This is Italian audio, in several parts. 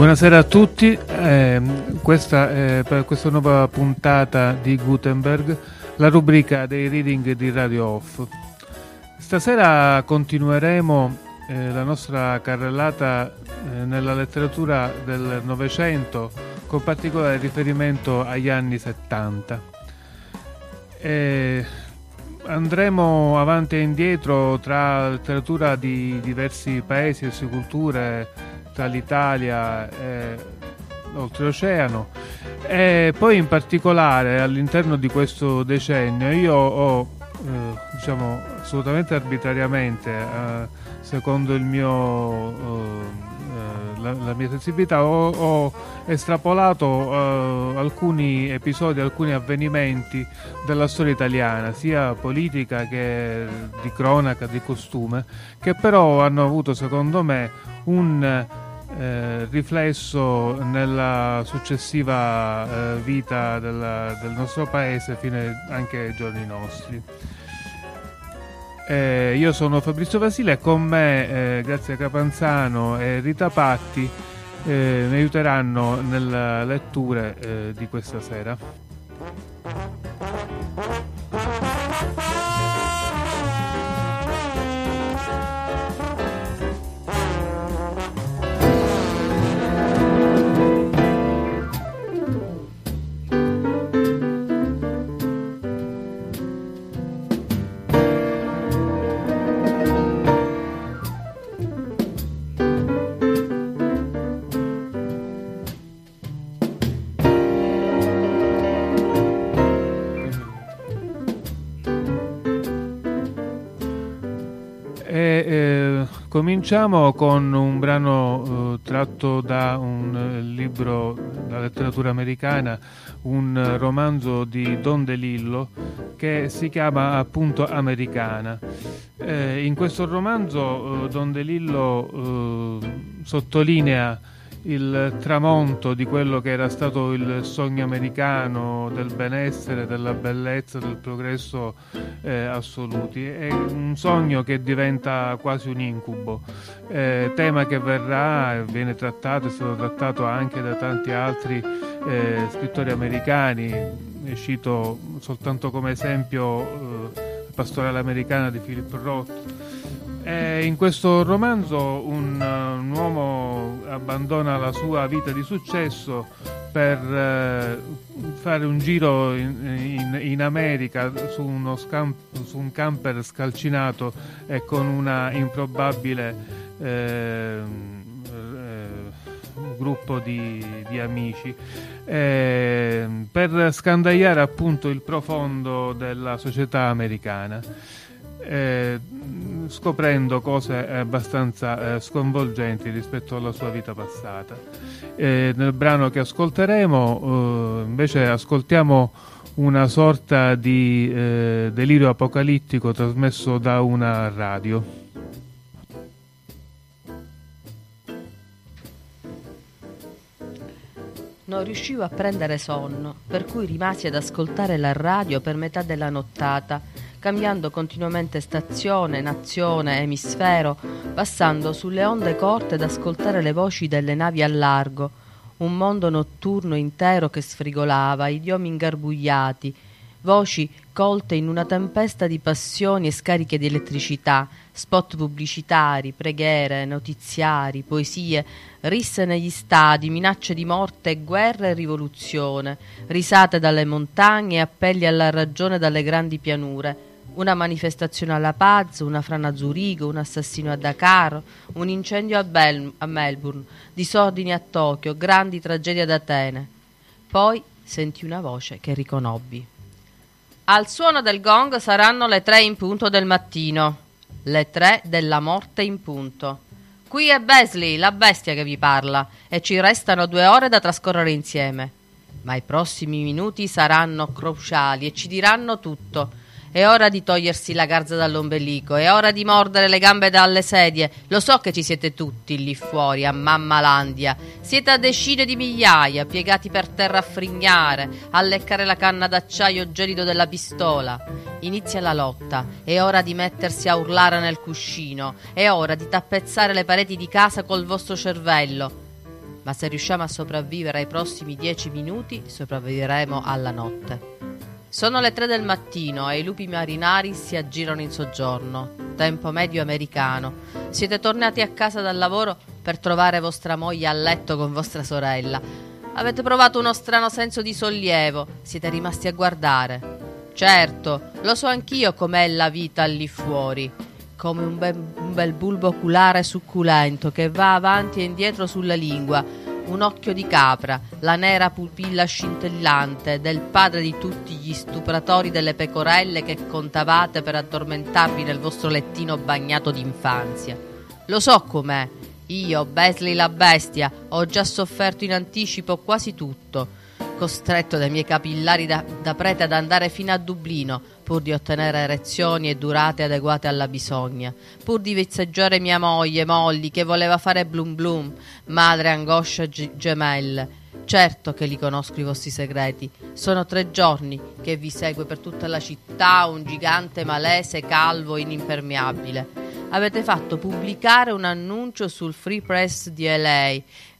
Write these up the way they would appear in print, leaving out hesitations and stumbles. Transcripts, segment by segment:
Buonasera a tutti, questa è per questa nuova puntata di Gutenberg, la rubrica dei reading di Radio Off. Stasera continueremo la nostra carrellata nella letteratura del Novecento, con particolare riferimento agli anni 70. Andremo avanti e indietro tra letteratura di diversi paesi e culture, tra l'Italia e l'oltreoceano, e poi in particolare all'interno di questo decennio io ho assolutamente arbitrariamente, secondo il mio la mia sensibilità, ho estrapolato alcuni episodi, alcuni avvenimenti della storia italiana, sia politica che di cronaca, di costume, che però hanno avuto, secondo me, un riflesso nella successiva vita del nostro paese fino anche ai giorni nostri. Io sono Fabrizio Vasile e con me Grazia Capanzano e Rita Patti mi aiuteranno nelle letture di questa sera. Cominciamo con un brano tratto da un libro della letteratura americana, un romanzo di Don DeLillo che si chiama appunto Americana. In questo romanzo Don DeLillo sottolinea il tramonto di quello che era stato il sogno americano del benessere, della bellezza, del progresso assoluti. È un sogno che diventa quasi un incubo, tema che viene trattato, è stato trattato anche da tanti altri scrittori americani. Cito soltanto come esempio La pastorale americana di Philip Roth. In questo romanzo un uomo abbandona la sua vita di successo per fare un giro in America su un camper scalcinato e con una improbabile gruppo di amici, per scandagliare appunto il profondo della società americana, scoprendo cose abbastanza sconvolgenti rispetto alla sua vita passata. Nel brano che ascolteremo invece ascoltiamo una sorta di delirio apocalittico trasmesso da una radio. Non riuscivo a prendere sonno, per cui rimasi ad ascoltare la radio per metà della nottata, cambiando continuamente stazione, nazione, emisfero, passando sulle onde corte ad ascoltare le voci delle navi al largo, un mondo notturno intero che sfrigolava, idiomi ingarbugliati, voci colte in una tempesta di passioni e scariche di elettricità, spot pubblicitari, preghiere, notiziari, poesie, risse negli stadi, minacce di morte, guerra e rivoluzione, risate dalle montagne e appelli alla ragione dalle grandi pianure, una manifestazione alla Paz, una frana a Zurigo, un assassino a Dakar, un incendio a Melbourne, disordini a Tokyo, grandi tragedie ad Atene. Poi sentì una voce che riconobbi. Al suono del gong saranno le 3 in punto del mattino, le 3 della morte in punto. Qui è Beasley, la bestia che vi parla, e ci restano 2 ore da trascorrere insieme. Ma i prossimi minuti saranno cruciali e ci diranno tutto. È ora di togliersi la garza dall'ombelico, è ora di mordere le gambe dalle sedie. Lo so che ci siete tutti lì fuori a Mammalandia. Siete a decine di migliaia, piegati per terra a frignare, a leccare la canna d'acciaio gelido della pistola. Inizia la lotta, è ora di mettersi a urlare nel cuscino, è ora di tappezzare le pareti di casa col vostro cervello. ma se riusciamo a sopravvivere ai prossimi 10 minuti, sopravviveremo alla notte. Sono le 3 del mattino e i lupi marinari si aggirano in soggiorno. Tempo medio americano. Siete tornati a casa dal lavoro per trovare vostra moglie a letto con vostra sorella. Avete provato uno strano senso di sollievo. Siete rimasti a guardare. Certo, lo so anch'io com'è la vita lì fuori. Come un bel bulbo oculare succulento che va avanti e indietro sulla lingua. Un occhio di capra, la nera pupilla scintillante del padre di tutti gli stupratori delle pecorelle che contavate per addormentarvi nel vostro lettino bagnato d'infanzia. Lo so com'è. Io, Besley la bestia, ho già sofferto in anticipo quasi tutto, costretto dai miei capillari da prete ad andare fino a Dublino, pur di ottenere erezioni e durate adeguate alla bisogna, pur di vizzeggiare mia moglie, Molly, che voleva fare blum blum, madre angoscia gemelle. Certo che li conosco i vostri segreti. Sono 3 giorni che vi segue per tutta la città un gigante malese, calvo e inimpermeabile. Avete fatto pubblicare un annuncio sul Free Press di LA.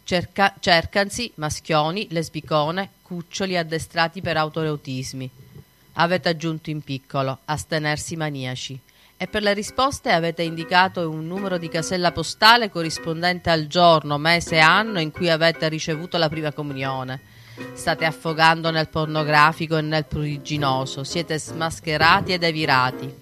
Cercansi maschioni, lesbicone, cuccioli addestrati per autoerotismi. Avete aggiunto in piccolo, astenersi maniaci. E per le risposte avete indicato un numero di casella postale corrispondente al giorno, mese e anno in cui avete ricevuto la prima comunione. State affogando nel pornografico e nel pruriginoso. Siete smascherati ed evirati.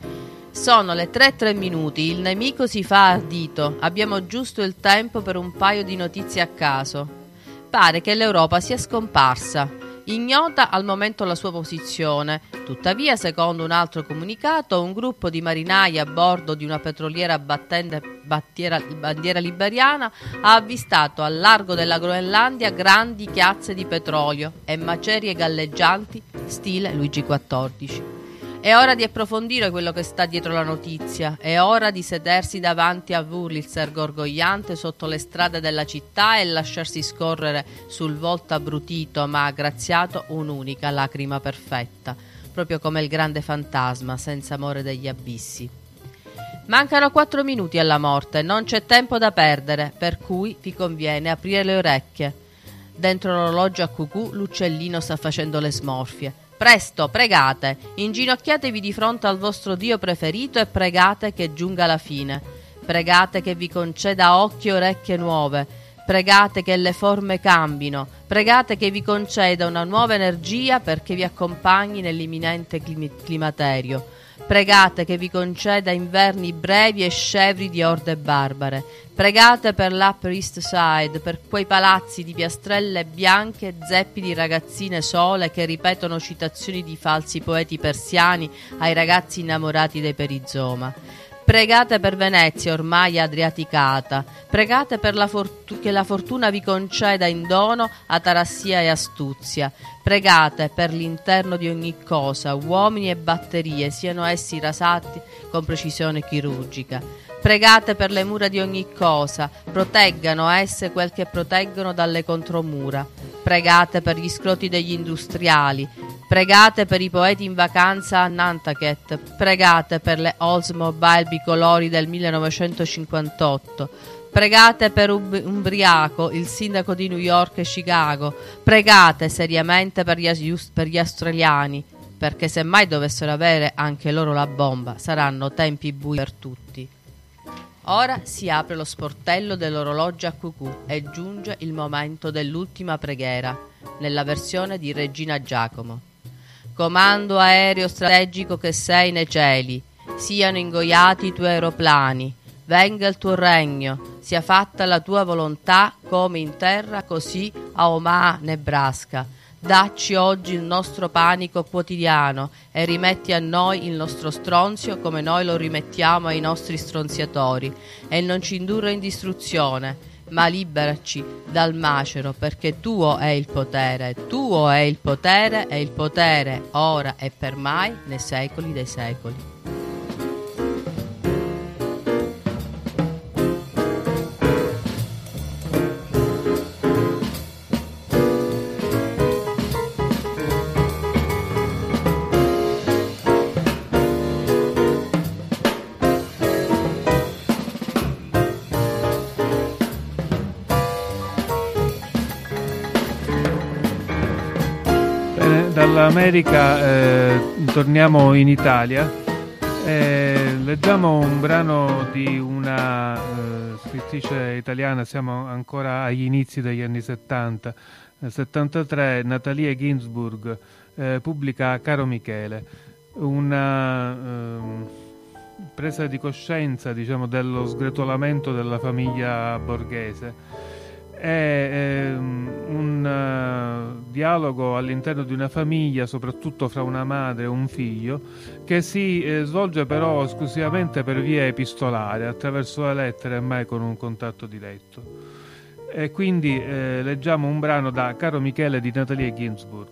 Sono le 3:03, il nemico si fa ardito, abbiamo giusto il tempo per un paio di notizie a caso. Pare che l'Europa sia scomparsa, ignota al momento la sua posizione, tuttavia secondo un altro comunicato un gruppo di marinai a bordo di una petroliera battente bandiera liberiana ha avvistato al largo della Groenlandia grandi chiazze di petrolio e macerie galleggianti stile Luigi XIV. È ora di approfondire quello che sta dietro la notizia, è ora di sedersi davanti a Wurlitzer gorgogliante sotto le strade della città e lasciarsi scorrere sul volto abbrutito ma aggraziato un'unica lacrima perfetta, proprio come il grande fantasma senza amore degli abissi. Mancano 4 minuti alla morte, non c'è tempo da perdere, per cui vi conviene aprire le orecchie. Dentro l'orologio a cucù l'uccellino sta facendo le smorfie. Presto, pregate, inginocchiatevi di fronte al vostro Dio preferito e pregate che giunga la fine. Pregate che vi conceda occhi e orecchie nuove. Pregate che le forme cambino. Pregate che vi conceda una nuova energia perché vi accompagni nell'imminente climaterio. Pregate che vi conceda inverni brevi e scevri di orde barbare. Pregate per l'Upper East Side, per quei palazzi di piastrelle bianche e zeppi di ragazzine sole che ripetono citazioni di falsi poeti persiani ai ragazzi innamorati dei perizoma. Pregate per Venezia ormai adriaticata. Pregate per che la fortuna vi conceda in dono atarassia e astuzia. Pregate per l'interno di ogni cosa, uomini e batterie, siano essi rasati con precisione chirurgica. Pregate per le mura di ogni cosa, proteggano esse quel che proteggono dalle contromura. Pregate per gli scroti degli industriali. Pregate per i poeti in vacanza a Nantucket. Pregate per le Oldsmobile bicolori del 1958. Pregate per Umbriaco, il sindaco di New York e Chicago. Pregate seriamente per gli australiani, perché se mai dovessero avere anche loro la bomba, saranno tempi bui per tutti. Ora si apre lo sportello dell'orologio a cucù e giunge il momento dell'ultima preghiera, nella versione di Regina Giacomo. Comando aereo strategico che sei nei cieli, siano ingoiati i tuoi aeroplani, venga il tuo regno, sia fatta la tua volontà come in terra così a Omaha, Nebraska. Dacci oggi il nostro panico quotidiano e rimetti a noi il nostro stronzio come noi lo rimettiamo ai nostri stronziatori, e non ci indurre in distruzione, ma liberaci dal macero, perché tuo è il potere e il potere ora e per mai nei secoli dei secoli. dall'America torniamo in Italia. Leggiamo un brano di una scrittrice italiana, siamo ancora agli inizi degli anni 70. Nel 73 Natalia Ginzburg pubblica Caro Michele, una presa di coscienza, diciamo, dello sgretolamento della famiglia borghese. È un dialogo all'interno di una famiglia, soprattutto fra una madre e un figlio, che si svolge però esclusivamente per via epistolare, attraverso le lettere e mai con un contatto diretto. E quindi leggiamo un brano da Caro Michele di Natalia Ginzburg.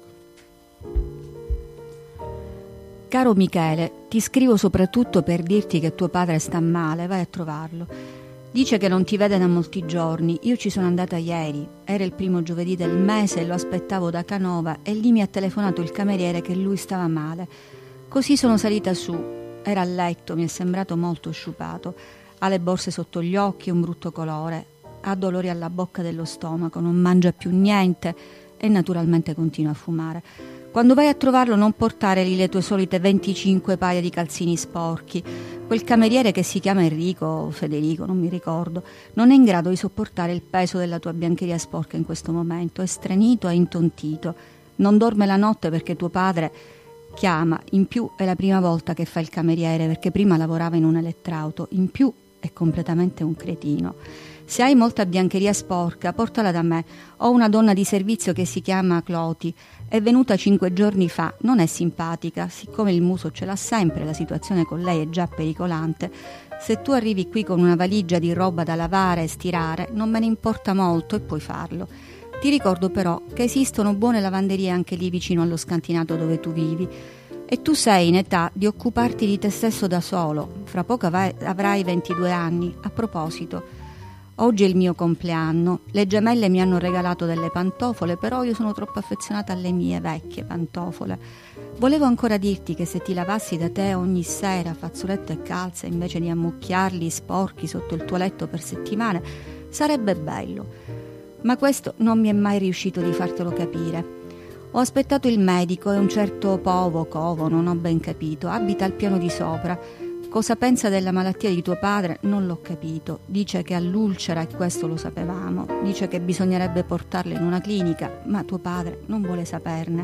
Caro Michele, ti scrivo soprattutto per dirti che tuo padre sta male, vai a trovarlo. Dice che non ti vede da molti giorni, io ci sono andata ieri, era il primo giovedì del mese, lo aspettavo da Canova e lì mi ha telefonato il cameriere che lui stava male. Così sono salita su, era a letto, mi è sembrato molto sciupato, ha le borse sotto gli occhi, un brutto colore, ha dolori alla bocca dello stomaco, non mangia più niente e naturalmente continua a fumare. Quando vai a trovarlo non portare lì le tue solite 25 paia di calzini sporchi. Quel cameriere che si chiama Enrico o Federico, non mi ricordo, non è in grado di sopportare il peso della tua biancheria sporca in questo momento, è strenito e intontito. Non dorme la notte perché tuo padre chiama, in più è la prima volta che fa il cameriere perché prima lavorava in un elettrauto, in più è completamente un cretino. Se hai molta biancheria sporca, portala da me. Ho una donna di servizio che si chiama Cloti. È venuta 5 giorni fa. Non è simpatica. Siccome il muso ce l'ha sempre, la situazione con lei è già pericolante. Se tu arrivi qui con una valigia di roba da lavare e stirare, non me ne importa molto e puoi farlo. Ti ricordo però che esistono buone lavanderie anche lì vicino allo scantinato dove tu vivi. E tu sei in età di occuparti di te stesso da solo. Fra poco avrai 22 anni. A proposito, oggi è il mio compleanno, le gemelle mi hanno regalato delle pantofole, però io sono troppo affezionata alle mie vecchie pantofole. Volevo ancora dirti che se ti lavassi da te ogni sera fazzoletto e calze invece di ammucchiarli sporchi sotto il tuo letto per settimane, sarebbe bello. Ma questo non mi è mai riuscito di fartelo capire. Ho aspettato il medico e un certo Covo, non ho ben capito, abita al piano di sopra. Cosa pensa della malattia di tuo padre non l'ho capito. Dice che ha l'ulcera e questo lo sapevamo. Dice che bisognerebbe portarlo in una clinica, ma tuo padre non vuole saperne.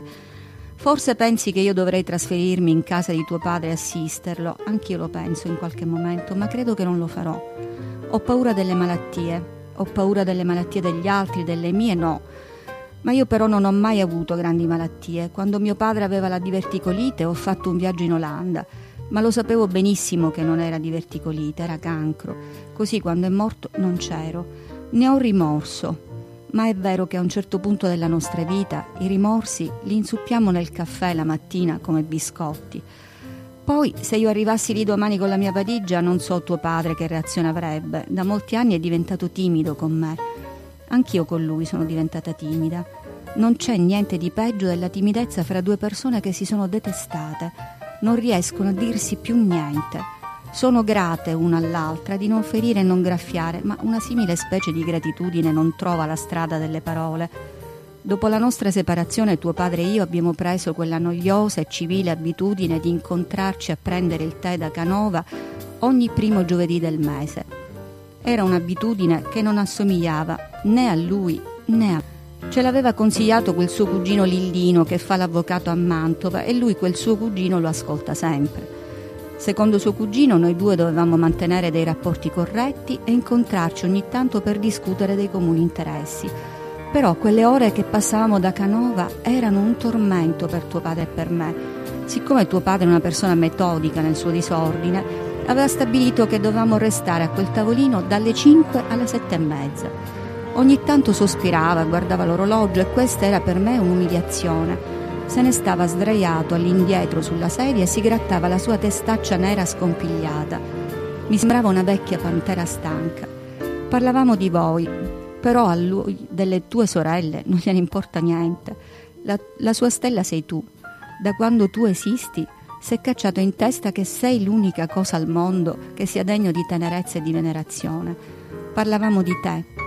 Forse pensi che io dovrei trasferirmi in casa di tuo padre e assisterlo. Anch'io lo penso in qualche momento, ma credo che non lo farò. Ho paura delle malattie. Ho paura delle malattie degli altri, delle mie no. Ma io però non ho mai avuto grandi malattie. Quando mio padre aveva la diverticolite ho fatto un viaggio in Olanda. Ma lo sapevo benissimo che non era diverticolite, era cancro. Così quando è morto non c'ero. Ne ho rimorso. Ma è vero che a un certo punto della nostra vita i rimorsi li insuppiamo nel caffè la mattina come biscotti. Poi, se io arrivassi lì domani con la mia valigia, non so tuo padre che reazione avrebbe. Da molti anni è diventato timido con me. Anch'io con lui sono diventata timida. Non c'è niente di peggio della timidezza fra due persone che si sono detestate. Non riescono a dirsi più niente. Sono grate una all'altra di non ferire e non graffiare, ma una simile specie di gratitudine non trova la strada delle parole. Dopo la nostra separazione tuo padre e io abbiamo preso quella noiosa e civile abitudine di incontrarci a prendere il tè da Canova ogni primo giovedì del mese. Era un'abitudine che non assomigliava né a lui né a me. Ce l'aveva consigliato quel suo cugino Lillino che fa l'avvocato a Mantova e lui quel suo cugino lo ascolta sempre. Secondo suo cugino noi due dovevamo mantenere dei rapporti corretti e incontrarci ogni tanto per discutere dei comuni interessi. Però quelle ore che passavamo da Canova erano un tormento per tuo padre e per me. Siccome tuo padre è una persona metodica nel suo disordine, aveva stabilito che dovevamo restare a quel tavolino dalle 5 alle 7:30. Ogni tanto sospirava, guardava l'orologio e questa era per me un'umiliazione. Se ne stava sdraiato all'indietro sulla sedia e si grattava la sua testaccia nera scompigliata. Mi sembrava una vecchia pantera stanca. Parlavamo di voi, però a lui, delle tue sorelle, non gliene importa niente. La sua stella sei tu. Da quando tu esisti, si è cacciato in testa che sei l'unica cosa al mondo che sia degno di tenerezza e di venerazione. Parlavamo di te.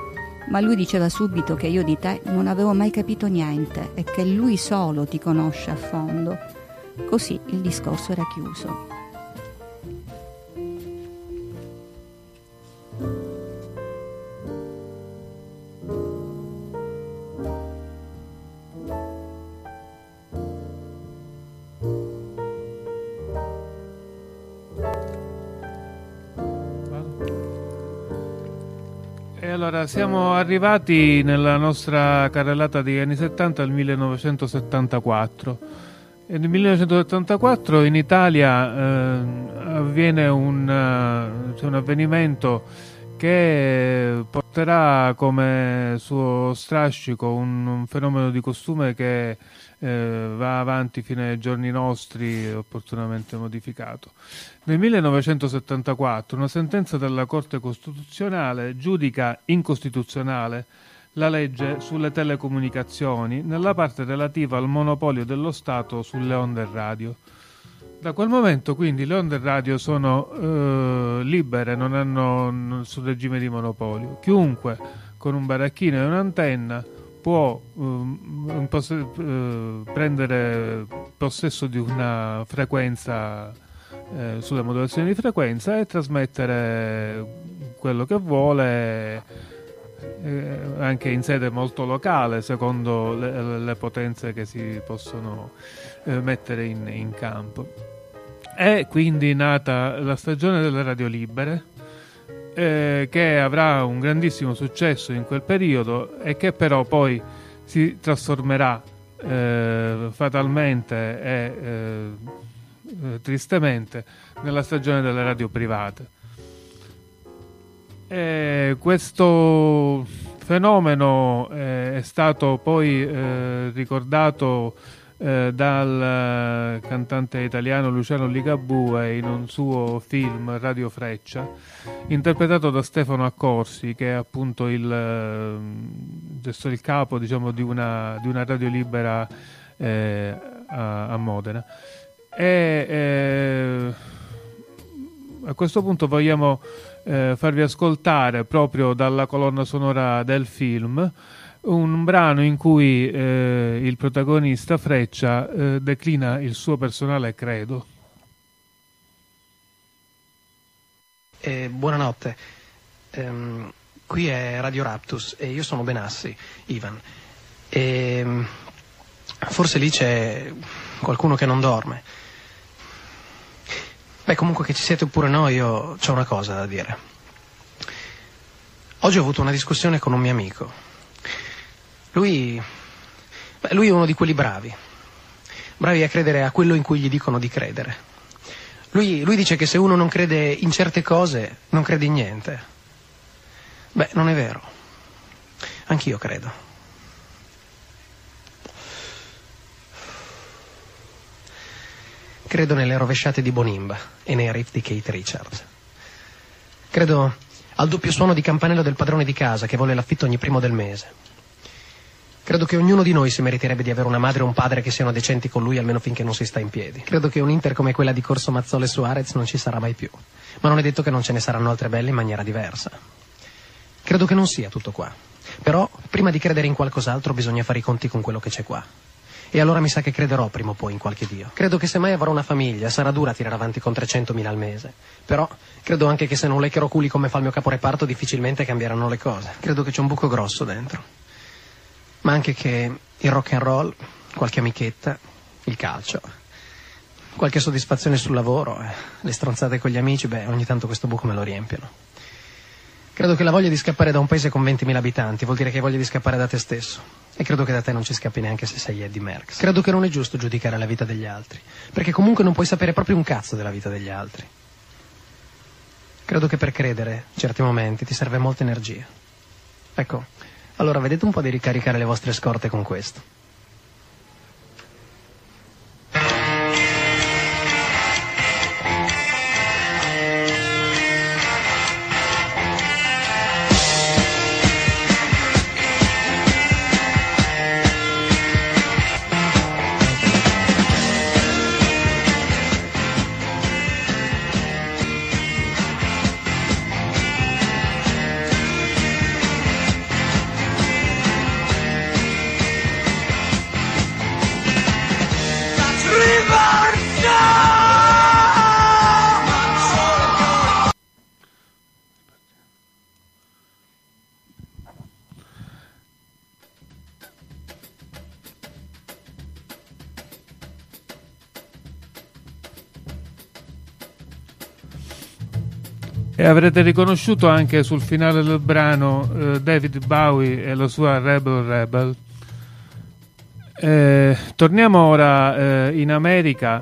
ma lui diceva subito che io di te non avevo mai capito niente e che lui solo ti conosce a fondo. Così il discorso era chiuso. Allora, siamo arrivati nella nostra carrellata degli anni 70 al 1974. E nel 1974 in Italia avviene un avvenimento che porterà come suo strascico un fenomeno di costume che va avanti fino ai giorni nostri, opportunamente modificato. Nel 1974 una sentenza della Corte Costituzionale giudica incostituzionale la legge sulle telecomunicazioni nella parte relativa al monopolio dello Stato sulle onde radio. Da quel momento quindi le onde radio sono libere, non hanno nessun regime di monopolio. Chiunque con un baracchino e un'antenna può prendere possesso di una frequenza sulle modulazioni di frequenza e trasmettere quello che vuole anche in sede molto locale secondo le potenze che si possono mettere in campo. È quindi nata la stagione delle radio libere, che avrà un grandissimo successo in quel periodo e che però poi si trasformerà fatalmente e tristemente nella stagione delle radio private. Questo fenomeno è stato poi ricordato dal cantante italiano Luciano Ligabue in un suo film Radio Freccia, interpretato da Stefano Accorsi, che è appunto il capo, diciamo, di una radio libera a Modena. E a questo punto vogliamo farvi ascoltare proprio dalla colonna sonora del film un brano in cui il protagonista Freccia declina il suo personale credo. Buonanotte, qui è Radio Raptus e io sono Benassi, Ivan. Forse lì c'è qualcuno che non dorme. Beh, comunque che ci siete oppure no, io c'ho una cosa da dire. Oggi ho avuto una discussione con un mio amico. Lui è uno di quelli bravi a credere a quello in cui gli dicono di credere. Lui dice che se uno non crede in certe cose, non crede in niente. Beh, non è vero. Anch'io credo. Credo nelle rovesciate di Bonimba e nei riff di Keith Richards. Credo al doppio suono di campanello del padrone di casa che vuole l'affitto ogni primo del mese. Credo che ognuno di noi si meriterebbe di avere una madre e un padre che siano decenti con lui almeno finché non si sta in piedi. Credo che un'Inter come quella di Corso Mazzola e Suarez non ci sarà mai più. Ma non è detto che non ce ne saranno altre belle in maniera diversa. Credo che non sia tutto qua. Però, prima di credere in qualcos'altro, bisogna fare i conti con quello che c'è qua. E allora mi sa che crederò prima o poi in qualche Dio. Credo che se mai avrò una famiglia sarà dura tirare avanti con 300.000 al mese. Però credo anche che se non leccherò culi come fa il mio caporeparto difficilmente cambieranno le cose. Credo che c'è un buco grosso dentro. Ma anche che il rock and roll, qualche amichetta, il calcio, qualche soddisfazione sul lavoro, le stronzate con gli amici, beh, ogni tanto questo buco me lo riempiono. Credo che la voglia di scappare da un paese con 20.000 abitanti vuol dire che hai voglia di scappare da te stesso. E credo che da te non ci scappi neanche se sei Eddie Merckx. Credo che non è giusto giudicare la vita degli altri, perché comunque non puoi sapere proprio un cazzo della vita degli altri. Credo che per credere, in certi momenti, ti serve molta energia. Ecco, allora vedete un po' di ricaricare le vostre scorte con questo. E avrete riconosciuto anche sul finale del brano David Bowie e la sua Rebel Rebel. Torniamo ora in America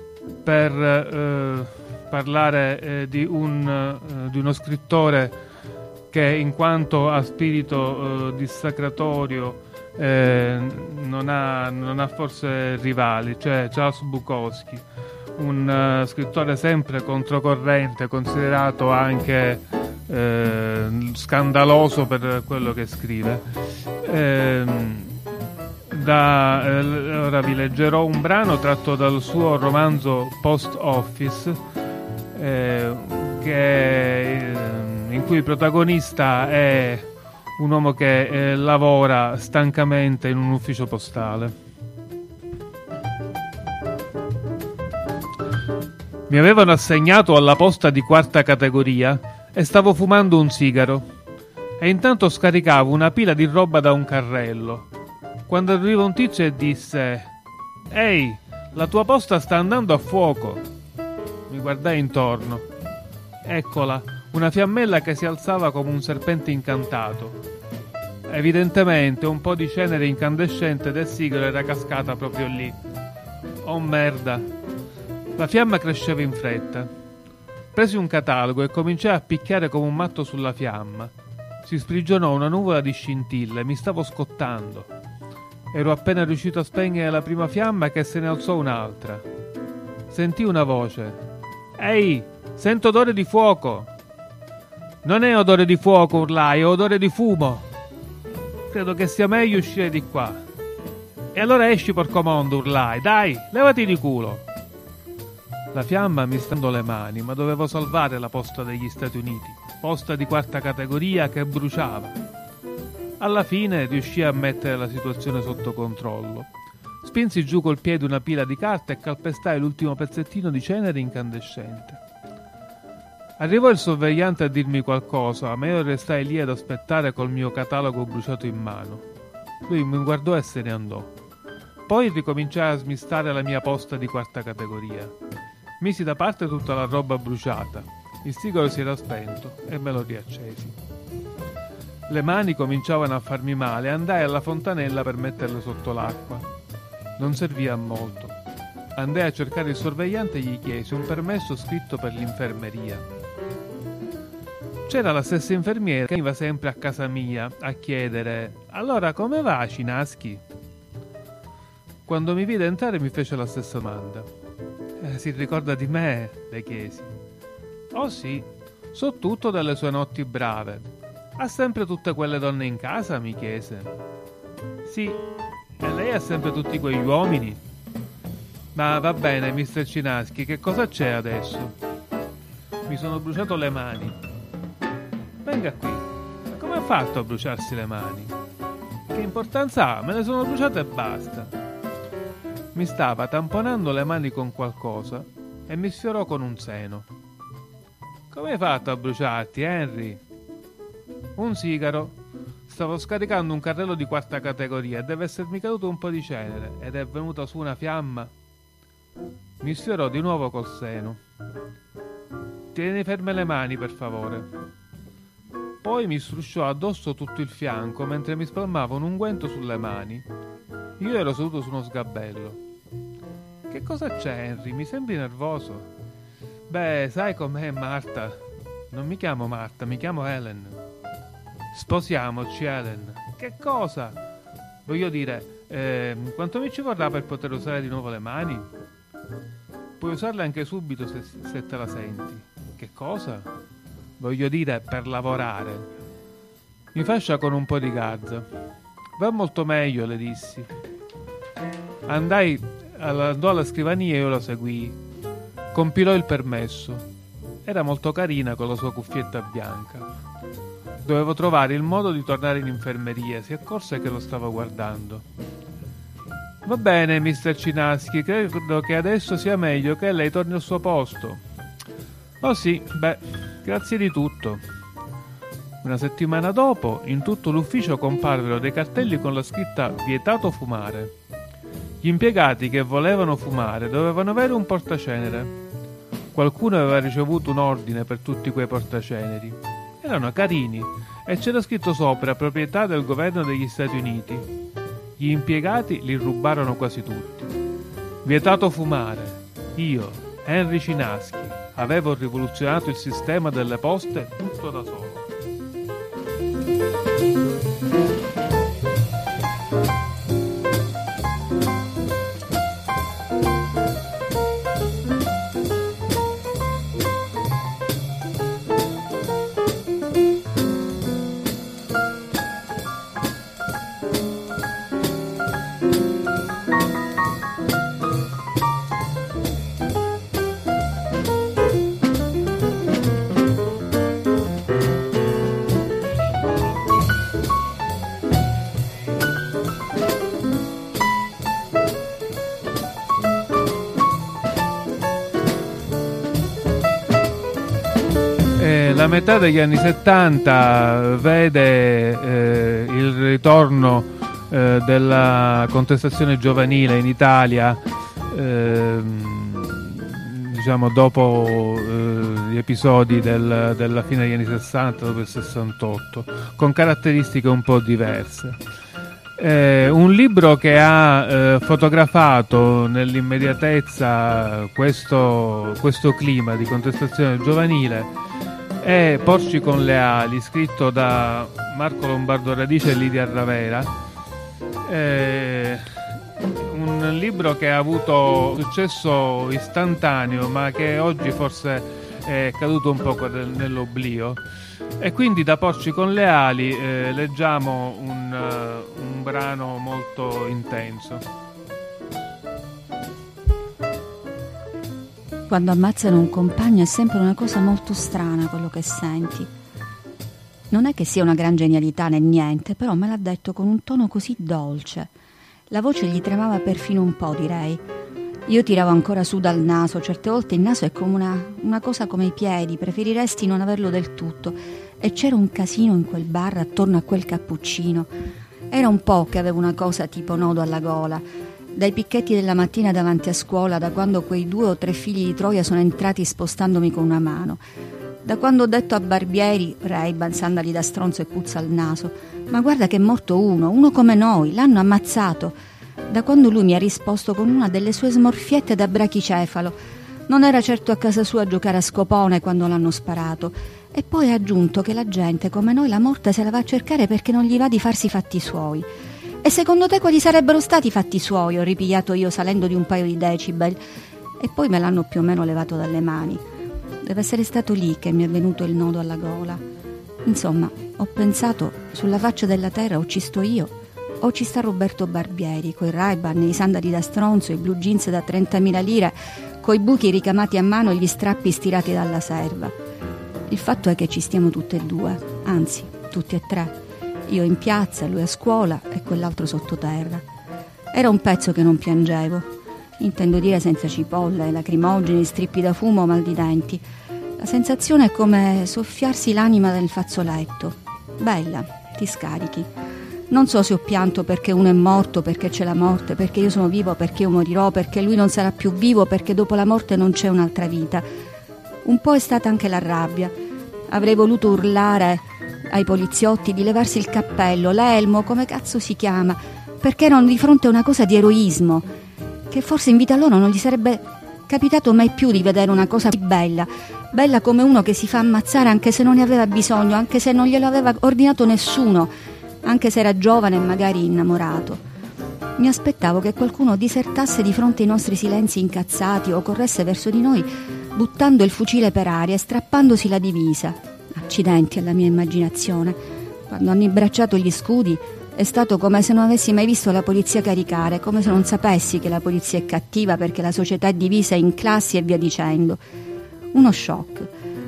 per parlare di uno scrittore che, in quanto a spirito dissacratorio, non ha forse rivali, cioè Charles Bukowski, un scrittore sempre controcorrente, considerato anche scandaloso per quello che scrive. Ora vi leggerò un brano tratto dal suo romanzo Post Office, in cui il protagonista è un uomo che lavora stancamente in un ufficio postale. Mi avevano assegnato alla posta di quarta categoria e stavo fumando un sigaro e intanto scaricavo una pila di roba da un carrello, quando arriva un tizio e disse: «Ehi, la tua posta sta andando a fuoco!» Mi guardai intorno. Eccola, una fiammella che si alzava come un serpente incantato. Evidentemente un po' di cenere incandescente del sigaro era cascata proprio lì. Oh merda! La fiamma cresceva in fretta. Presi un catalogo e cominciai a picchiare come un matto sulla fiamma. Si sprigionò una nuvola di scintille, mi stavo scottando. Ero appena riuscito a spegnere la prima fiamma che se ne alzò un'altra. Sentii una voce. «Ehi, sento odore di fuoco!» «Non è odore di fuoco», urlai, «è odore di fumo!» «Credo che sia meglio uscire di qua». «E allora esci, porco mondo», urlai, «dai, levati di culo!» La fiamma mi stendò le mani, ma dovevo salvare la posta degli Stati Uniti, posta di quarta categoria che bruciava. Alla fine riuscii a mettere la situazione sotto controllo. Spinsi giù col piede una pila di carta e calpestai l'ultimo pezzettino di cenere incandescente. Arrivò il sorvegliante a dirmi qualcosa, ma io restai lì ad aspettare col mio catalogo bruciato in mano. Lui mi guardò e se ne andò. Poi ricominciai a smistare la mia posta di quarta categoria. Misi da parte tutta la roba bruciata. Il sigaro si era spento e me lo riaccesi. Le mani cominciavano a farmi male e andai alla fontanella per metterle sotto l'acqua. Non servì a molto. Andai a cercare il sorvegliante e gli chiesi un permesso scritto per l'infermeria. C'era la stessa infermiera che veniva sempre a casa mia a chiedere: «Allora come va, Cinaschi?» Quando mi vide entrare mi fece la stessa domanda. «Si ricorda di me?» le chiesi. «Oh sì, so tutto delle sue notti brave. Ha sempre tutte quelle donne in casa?» mi chiese. «Sì, e lei ha sempre tutti quegli uomini?» «Ma va bene, mister Cinaschi, che cosa c'è adesso?» «Mi sono bruciato le mani». «Venga qui, ma come ha fatto a bruciarsi le mani?» «Che importanza ha? Me le sono bruciate e basta». Mi stava tamponando le mani con qualcosa e mi sfiorò con un seno. «Come hai fatto a bruciarti, Henry?» «Un sigaro. Stavo scaricando un carrello di quarta categoria e deve essermi caduto un po' di cenere ed è venuta su una fiamma». Mi sfiorò di nuovo col seno. «Tieni ferme le mani, per favore». Poi mi strusciò addosso tutto il fianco mentre mi spalmava un unguento sulle mani. Io ero seduto su uno sgabello. «Che cosa c'è, Henry? Mi sembri nervoso?» «Beh, sai com'è, Marta?» «Non mi chiamo Marta, mi chiamo Helen». «Sposiamoci, Helen». «Che cosa?» «Voglio dire, quanto mi ci vorrà per poter usare di nuovo le mani?» «Puoi usarle anche subito se te la senti». «Che cosa?» «Voglio dire, per lavorare». Mi fascia con un po' di gazza. «Va molto meglio», le dissi. Andò alla scrivania e io la seguii. Compilò il permesso. Era molto carina con la sua cuffietta bianca. Dovevo trovare il modo di tornare in infermeria. Si accorse che lo stavo guardando. «Va bene, mister Cinaschi, credo che adesso sia meglio che lei torni al suo posto». «Oh sì, beh, grazie di tutto». Una settimana dopo, in tutto l'ufficio comparvero dei cartelli con la scritta «Vietato fumare». Gli impiegati che volevano fumare dovevano avere un portacenere. Qualcuno aveva ricevuto un ordine per tutti quei portaceneri. Erano carini e c'era scritto sopra proprietà del governo degli Stati Uniti. Gli impiegati li rubarono quasi tutti. Vietato fumare. Io, Henry Cinaschi, avevo rivoluzionato il sistema delle poste tutto da solo. La metà degli anni 70 vede il ritorno della contestazione giovanile in Italia, diciamo dopo gli episodi della fine degli anni 60, dopo il 68, con caratteristiche un po' diverse. Un libro che ha fotografato nell'immediatezza questo clima di contestazione giovanile è Porci con le ali, scritto da Marco Lombardo Radice e Lidia Ravera. Un libro che ha avuto successo istantaneo, ma che oggi forse è caduto un poco nell'oblio. E quindi da Porci con le ali leggiamo un brano molto intenso. Quando ammazzano un compagno è sempre una cosa molto strana quello che senti. Non è che sia una gran genialità né niente, però me l'ha detto con un tono così dolce. La voce gli tremava perfino un po', direi. Io tiravo ancora su dal naso, certe volte il naso è come una cosa come i piedi, preferiresti non averlo del tutto. E c'era un casino in quel bar attorno a quel cappuccino. Era un po' che avevo una cosa tipo nodo alla gola. Dai picchetti della mattina davanti a scuola, da quando quei 2 o 3 figli di Troia sono entrati spostandomi con una mano, da quando ho detto a Barbieri, Ray-Ban, sandali da stronzo e puzza al naso, ma guarda che è morto uno come noi, l'hanno ammazzato, da quando lui mi ha risposto con una delle sue smorfiette da brachicefalo, non era certo a casa sua a giocare a scopone quando l'hanno sparato, e poi ha aggiunto che la gente come noi la morte se la va a cercare perché non gli va di farsi i fatti suoi. E secondo te quali sarebbero stati i fatti suoi? Ho ripigliato io salendo di un paio di decibel e poi me l'hanno più o meno levato dalle mani. Deve essere stato lì che mi è venuto il nodo alla gola. Insomma, ho pensato, sulla faccia della terra o ci sto io o ci sta Roberto Barbieri coi Ray-Ban, i sandali da stronzo, i blue jeans da 30.000 lire, coi buchi ricamati a mano e gli strappi stirati dalla serva. Il fatto è che ci stiamo tutte e due, anzi, tutti e tre. Io in piazza, lui a scuola e quell'altro sottoterra. Era un pezzo che non piangevo. Intendo dire senza cipolle, lacrimogeni, strippi da fumo o mal di denti. La sensazione è come soffiarsi l'anima nel fazzoletto. Bella, ti scarichi. Non so se ho pianto perché uno è morto, perché c'è la morte, perché io sono vivo, perché io morirò, perché lui non sarà più vivo, perché dopo la morte non c'è un'altra vita. Un po' è stata anche la rabbia. Avrei voluto urlare ai poliziotti di levarsi il cappello, l'elmo, come cazzo si chiama, perché erano di fronte a una cosa di eroismo, che forse in vita loro non gli sarebbe capitato mai più di vedere una cosa bella, bella come uno che si fa ammazzare anche se non ne aveva bisogno, anche se non glielo aveva ordinato nessuno, anche se era giovane e magari innamorato. Mi aspettavo che qualcuno disertasse di fronte ai nostri silenzi incazzati o corresse verso di noi buttando il fucile per aria e strappandosi la divisa. Accidenti alla mia immaginazione. Quando hanno imbracciato gli scudi è stato come se non avessi mai visto la polizia caricare, come se non sapessi che la polizia è cattiva perché la società è divisa in classi e via dicendo. Uno shock.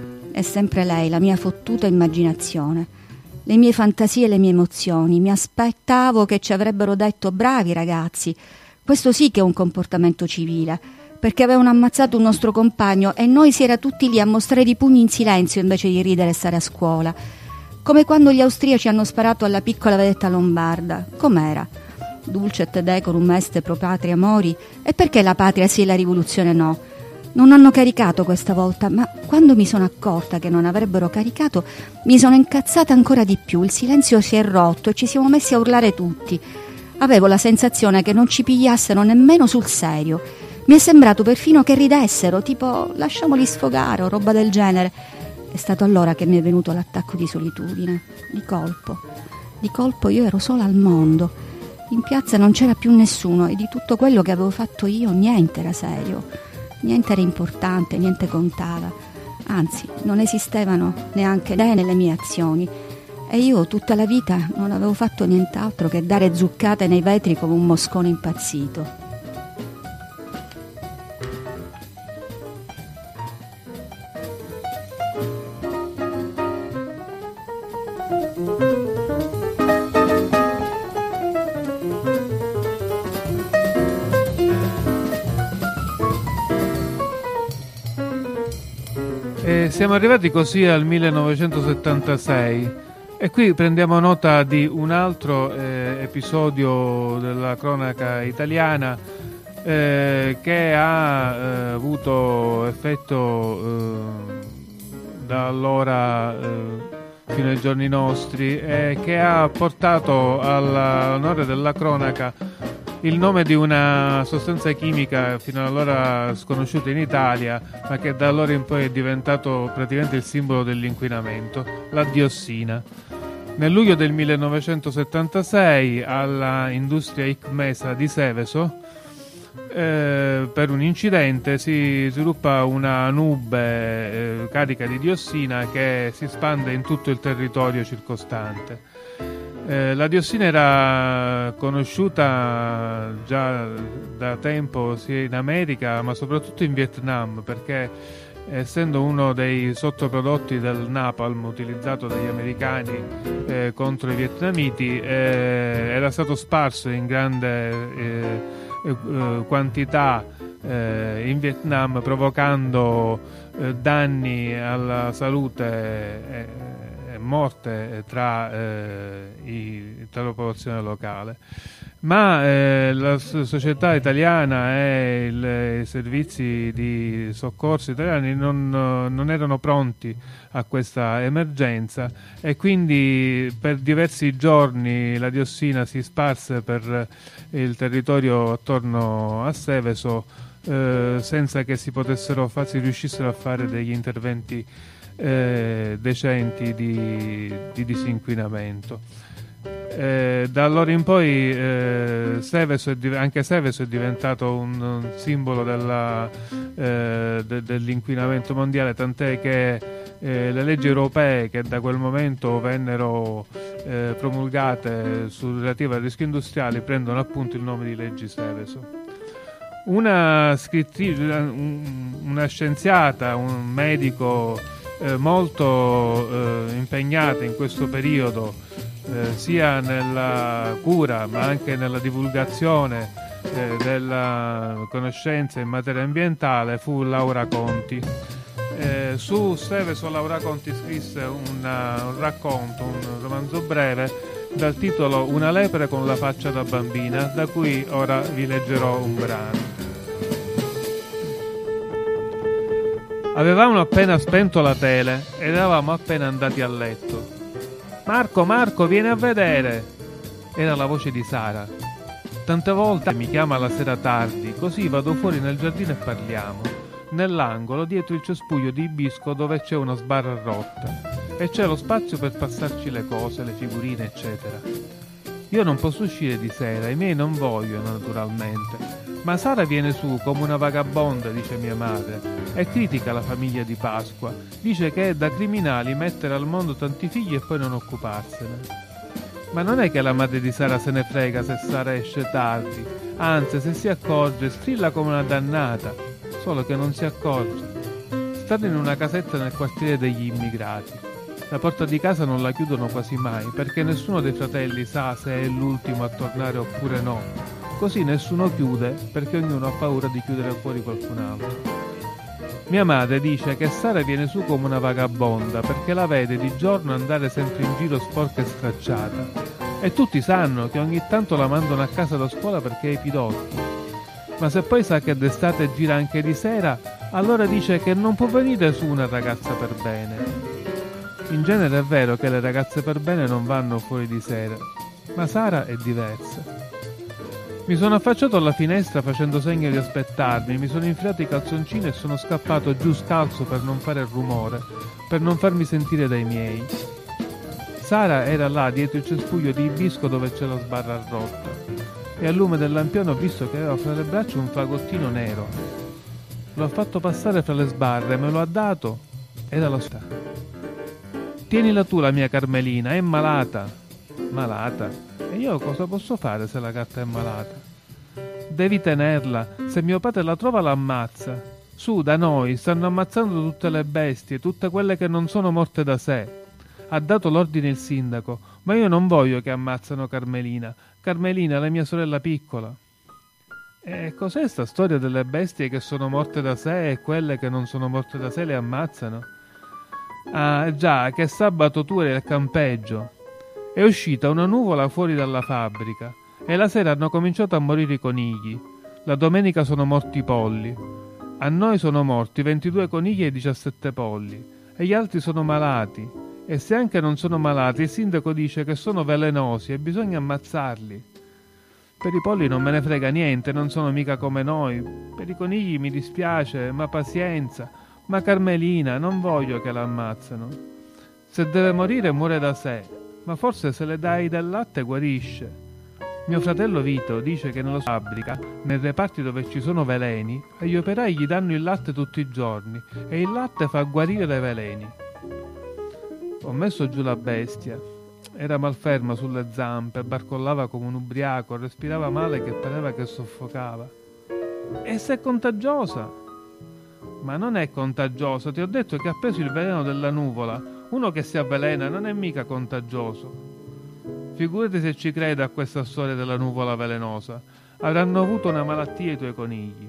È sempre lei, la mia fottuta immaginazione. Le mie fantasie e le mie emozioni. Mi aspettavo che ci avrebbero detto: bravi ragazzi, questo sì che è un comportamento civile, perché avevano ammazzato un nostro compagno e noi si era tutti lì a mostrare i pugni in silenzio invece di ridere e stare a scuola. Come quando gli austriaci hanno sparato alla piccola vedetta lombarda. Com'era? Dulcet decorum est pro patria mori. E perché la patria sì e la rivoluzione no? Non hanno caricato questa volta, ma quando mi sono accorta che non avrebbero caricato, mi sono incazzata ancora di più. Il silenzio si è rotto e ci siamo messi a urlare tutti. Avevo la sensazione che non ci pigliassero nemmeno sul serio. Mi è sembrato perfino che ridessero, tipo lasciamoli sfogare o roba del genere. È stato allora che mi è venuto l'attacco di solitudine, di colpo. Di colpo io ero sola al mondo. In piazza non c'era più nessuno e di tutto quello che avevo fatto io niente era serio. Niente era importante, niente contava. Anzi, non esistevano neanche idee nelle mie azioni. E io tutta la vita non avevo fatto nient'altro che dare zuccate nei vetri come un moscone impazzito. Siamo arrivati così al 1976 e qui prendiamo nota di un altro episodio della cronaca italiana che ha avuto effetto da allora fino ai giorni nostri e che ha portato all'onore della cronaca il nome di una sostanza chimica fino ad allora sconosciuta in Italia, ma che da allora in poi è diventato praticamente il simbolo dell'inquinamento, la diossina. Nel luglio del 1976 alla industria ICMESA di Seveso per un incidente si sviluppa una nube carica di diossina che si spande in tutto il territorio circostante. La diossina era conosciuta già da tempo sia in America ma soprattutto in Vietnam, perché essendo uno dei sottoprodotti del napalm utilizzato dagli americani contro i vietnamiti, era stato sparso in grande quantità in Vietnam, provocando danni alla salute morte tra la popolazione locale. Ma la società italiana e i servizi di soccorso italiani non erano pronti a questa emergenza e quindi per diversi giorni la diossina si sparse per il territorio attorno a Seveso senza che si riuscissero a fare degli interventi decenti di disinquinamento. Da allora in poi anche Seveso è diventato un simbolo dell'inquinamento mondiale, tant'è che le leggi europee che da quel momento vennero promulgate relative al rischio industriale prendono appunto il nome di leggi Seveso. Una scienziata, un medico molto impegnata in questo periodo sia nella cura ma anche nella divulgazione della conoscenza in materia ambientale fu Laura Conti. Su Seveso Laura Conti scrisse un racconto, un romanzo breve dal titolo Una lepre con la faccia da bambina, da cui ora vi leggerò un brano. Avevamo appena spento la tele ed eravamo appena andati a letto. Marco, vieni a vedere! Era la voce di Sara. Tante volte mi chiama la sera tardi, così vado fuori nel giardino e parliamo. Nell'angolo, dietro il cespuglio di ibisco dove c'è una sbarra rotta e c'è lo spazio per passarci le cose, le figurine, eccetera. Io non posso uscire di sera, i miei non vogliono naturalmente. Ma Sara viene su come una vagabonda, dice mia madre, e critica la famiglia di Pasqua. Dice che è da criminali mettere al mondo tanti figli e poi non occuparsene. Ma non è che la madre di Sara se ne frega se Sara esce tardi, anzi se si accorge strilla come una dannata, solo che non si accorge. Stanno in una casetta nel quartiere degli immigrati. La porta di casa non la chiudono quasi mai, perché nessuno dei fratelli sa se è l'ultimo a tornare oppure no. Così nessuno chiude, perché ognuno ha paura di chiudere fuori qualcun altro. Mia madre dice che Sara viene su come una vagabonda, perché la vede di giorno andare sempre in giro sporca e stracciata. E tutti sanno che ogni tanto la mandano a casa da scuola perché ha i pidocchi. Ma se poi sa che d'estate gira anche di sera, allora dice che non può venire su una ragazza per bene. In genere è vero che le ragazze per bene non vanno fuori di sera, ma Sara è diversa. Mi sono affacciato alla finestra facendo segno di aspettarmi, mi sono infilato i calzoncini e sono scappato giù scalzo per non fare rumore, per non farmi sentire dai miei. Sara era là dietro il cespuglio di ibisco dove c'è la sbarra rotta e al lume del lampione ho visto che aveva fra le braccia un fagottino nero. L'ho fatto passare fra le sbarre, me lo ha dato, era la sua. Tienila tu la mia Carmelina, è malata. Malata? E io cosa posso fare se la gatta è malata? Devi tenerla, se mio padre la trova la ammazza. Su, da noi, stanno ammazzando tutte le bestie, tutte quelle che non sono morte da sé. Ha dato l'ordine il sindaco, ma io non voglio che ammazzano Carmelina. Carmelina è la mia sorella piccola. E cos'è sta storia delle bestie che sono morte da sé e quelle che non sono morte da sé le ammazzano? Ah, già, che sabato tu eri al campeggio. È uscita una nuvola fuori dalla fabbrica e la sera hanno cominciato a morire i conigli. La domenica sono morti i polli. A noi sono morti 22 conigli e 17 polli. E gli altri sono malati. E se anche non sono malati, il sindaco dice che sono velenosi e bisogna ammazzarli. Per i polli non me ne frega niente, non sono mica come noi. Per i conigli mi dispiace, ma pazienza. Ma Carmelina, non voglio che la ammazzano. Se deve morire, muore da sé. Ma forse se le dai del latte guarisce. Mio fratello Vito dice che nella fabbrica, nei reparti dove ci sono veleni, agli operai gli danno il latte tutti i giorni e il latte fa guarire dai veleni. Ho messo giù la bestia. Era malferma sulle zampe, barcollava come un ubriaco, respirava male che pareva che soffocava. E se è contagiosa? Ma non è contagiosa, ti ho detto che ha preso il veleno della nuvola. Uno che si avvelena non è mica contagioso. Figurati se ci crede a questa storia della nuvola velenosa. Avranno avuto una malattia i tuoi conigli.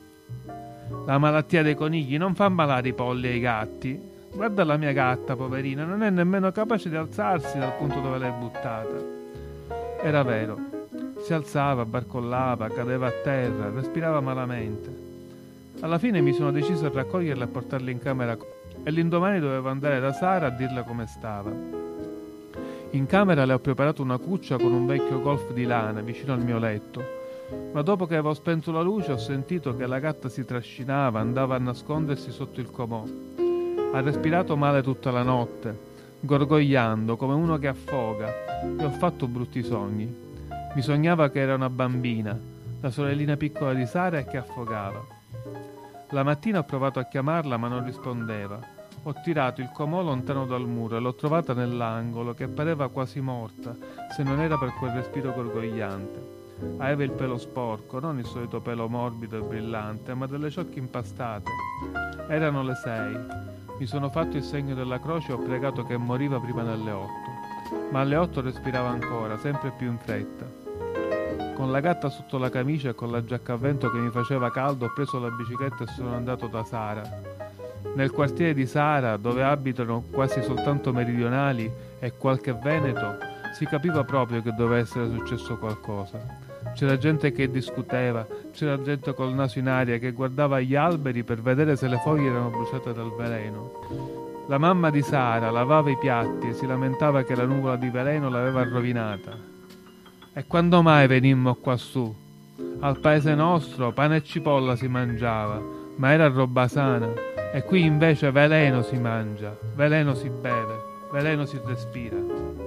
La malattia dei conigli non fa malare i polli e i gatti. Guarda la mia gatta, poverina, non è nemmeno capace di alzarsi dal punto dove l'hai buttata. Era vero. Si alzava, barcollava, cadeva a terra, respirava malamente. Alla fine mi sono deciso a raccoglierla e a portarla in camera e l'indomani dovevo andare da Sara a dirle come stava. In camera le ho preparato una cuccia con un vecchio golf di lana vicino al mio letto, ma dopo che avevo spento la luce ho sentito che la gatta si trascinava, andava a nascondersi sotto il comò. Ha respirato male tutta la notte, gorgogliando come uno che affoga, e ho fatto brutti sogni. Mi sognava che era una bambina, la sorellina piccola di Sara, e che affogava. La mattina ho provato a chiamarla ma non rispondeva. Ho tirato il comò lontano dal muro e l'ho trovata nell'angolo che pareva quasi morta, se non era per quel respiro gorgogliante. Aveva il pelo sporco, non il solito pelo morbido e brillante, ma delle ciocche impastate. Erano le 6. Mi sono fatto il segno della croce e ho pregato che moriva prima delle 8. Ma alle 8 respirava ancora, sempre più in fretta. Con la gatta sotto la camicia e con la giacca a vento che mi faceva caldo ho preso la bicicletta e sono andato da Sara. Nel quartiere di Sara, dove abitano quasi soltanto meridionali e qualche veneto, si capiva proprio che doveva essere successo qualcosa. C'era gente che discuteva, c'era gente col naso in aria che guardava gli alberi per vedere se le foglie erano bruciate dal veleno. La mamma di Sara lavava i piatti e si lamentava che la nuvola di veleno l'aveva rovinata. E quando mai venimmo quassù? Al paese nostro pane e cipolla si mangiava, ma era roba sana, e qui invece veleno si mangia, veleno si beve, veleno si respira.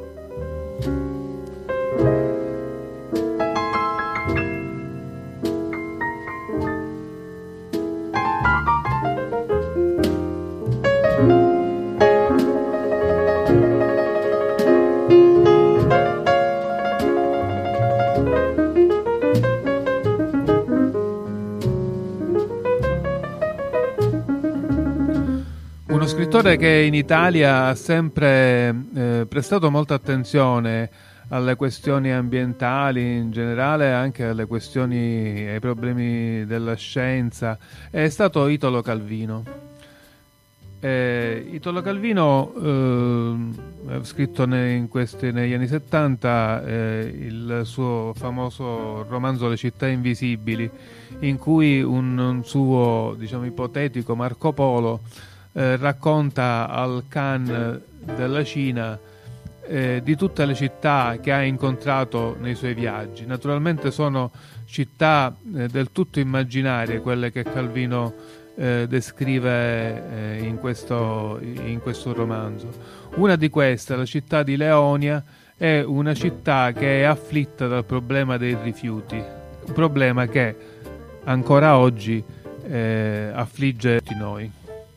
Uno scrittore che in Italia ha sempre prestato molta attenzione alle questioni ambientali in generale, anche alle questioni, ai problemi della scienza, è stato Italo Calvino. Italo Calvino è scritto negli anni 70 il suo famoso romanzo Le città invisibili, in cui un suo, diciamo, ipotetico Marco Polo racconta al Khan della Cina di tutte le città che ha incontrato nei suoi viaggi. Naturalmente sono città del tutto immaginarie, quelle che Calvino descrive in questo romanzo. Una di queste, la città di Leonia, è una città che è afflitta dal problema dei rifiuti, un problema che ancora oggi affligge tutti noi.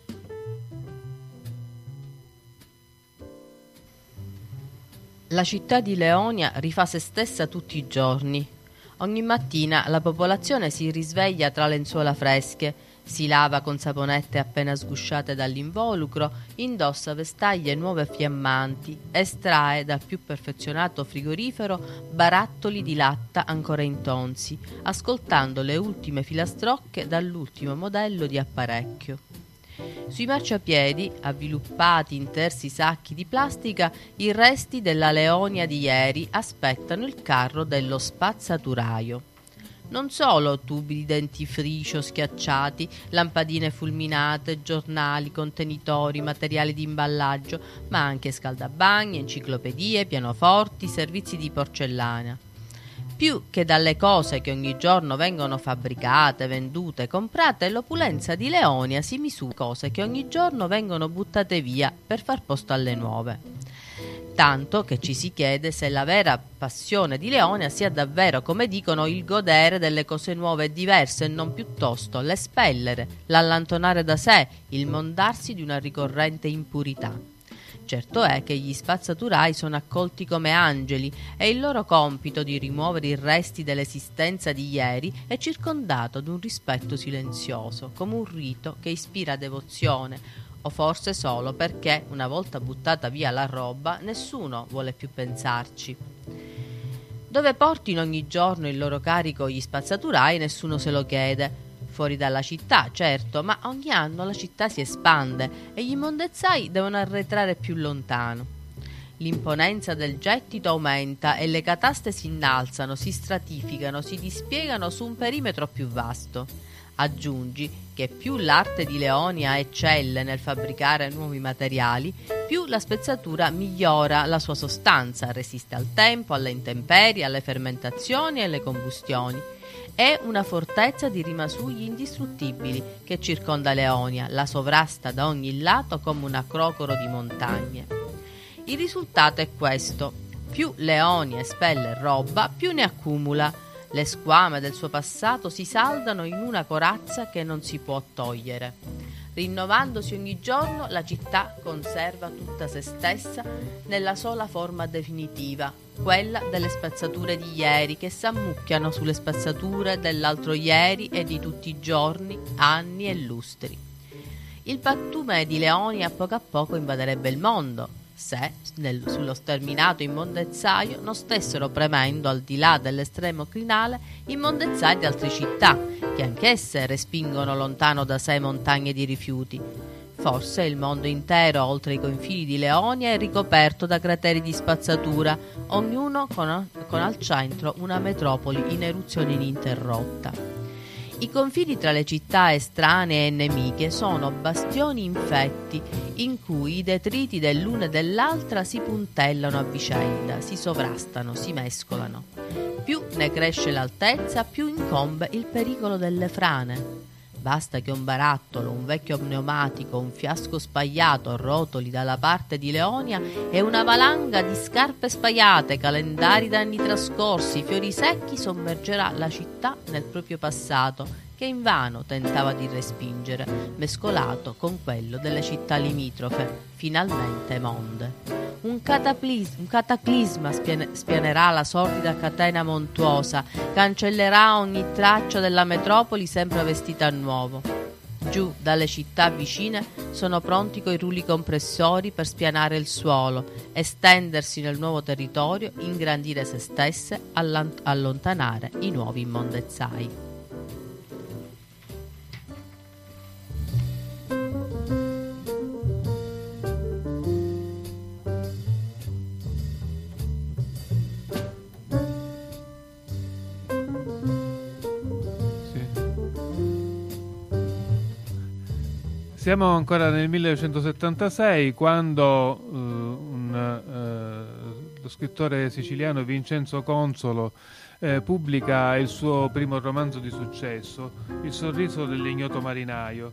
La città di Leonia rifà se stessa tutti i giorni. Ogni mattina la popolazione si risveglia tra lenzuola fresche, si lava con saponette appena sgusciate dall'involucro, indossa vestaglie nuove e fiammanti, estrae dal più perfezionato frigorifero barattoli di latta ancora intonsi, ascoltando le ultime filastrocche dall'ultimo modello di apparecchio. Sui marciapiedi, avviluppati in tersi sacchi di plastica, i resti della Leonia di ieri aspettano il carro dello spazzaturaio. Non solo tubi di dentifricio schiacciati, lampadine fulminate, giornali, contenitori, materiali di imballaggio, ma anche scaldabagni, enciclopedie, pianoforti, servizi di porcellana. Più che dalle cose che ogni giorno vengono fabbricate, vendute, comprate, l'opulenza di Leonia si misura cose che ogni giorno vengono buttate via per far posto alle nuove. Tanto che ci si chiede se la vera passione di Leonia sia davvero, come dicono, il godere delle cose nuove e diverse e non piuttosto l'espellere, l'allontanare da sé, il mondarsi di una ricorrente impurità. Certo è che gli spazzaturai sono accolti come angeli e il loro compito di rimuovere i resti dell'esistenza di ieri è circondato da un rispetto silenzioso, come un rito che ispira devozione, o forse solo perché, una volta buttata via la roba, nessuno vuole più pensarci. Dove portino ogni giorno il loro carico gli spazzaturai nessuno se lo chiede. Fuori dalla città, certo, ma ogni anno la città si espande e gli immondezzai devono arretrare più lontano. L'imponenza del gettito aumenta e le cataste si innalzano, si stratificano, si dispiegano su un perimetro più vasto. Aggiungi che più l'arte di Leonia eccelle nel fabbricare nuovi materiali, più la spezzatura migliora la sua sostanza, resiste al tempo, alle intemperie, alle fermentazioni e alle combustioni. È una fortezza di rimasugli indistruttibili che circonda Leonia, la sovrasta da ogni lato come un acrocoro di montagne. Il risultato è questo: più Leonia espelle roba, più ne accumula. Le squame del suo passato si saldano in una corazza che non si può togliere. Rinnovandosi ogni giorno, la città conserva tutta se stessa nella sola forma definitiva, quella delle spazzature di ieri che s'ammucchiano sulle spazzature dell'altro ieri e di tutti i giorni, anni e lustri. Il pattume di Leonia a poco invaderebbe il mondo, se sullo sterminato immondezzaio non stessero premendo, al di là dell'estremo crinale, immondezzai di altre città, che anch'esse respingono lontano da sé montagne di rifiuti. Forse il mondo intero, oltre i confini di Leonia, è ricoperto da crateri di spazzatura, ognuno con al centro una metropoli in eruzione ininterrotta. I confini tra le città estranee e nemiche sono bastioni infetti in cui i detriti dell'una e dell'altra si puntellano a vicenda, si sovrastano, si mescolano. Più ne cresce l'altezza, più incombe il pericolo delle frane. Basta che un barattolo, un vecchio pneumatico, un fiasco spagliato rotoli dalla parte di Leonia e una valanga di scarpe spaiate, calendari d'anni trascorsi, fiori secchi sommergerà la città nel proprio passato, che invano tentava di respingere, mescolato con quello delle città limitrofe, finalmente monde. Un cataclisma spianerà la sordida catena montuosa, cancellerà ogni traccia della metropoli sempre vestita a nuovo. Giù dalle città vicine sono pronti coi rulli compressori per spianare il suolo, estendersi nel nuovo territorio, ingrandire se stesse, allontanare i nuovi immondezzai. Siamo ancora nel 1976 quando lo scrittore siciliano Vincenzo Consolo pubblica il suo primo romanzo di successo, Il sorriso dell'ignoto marinaio,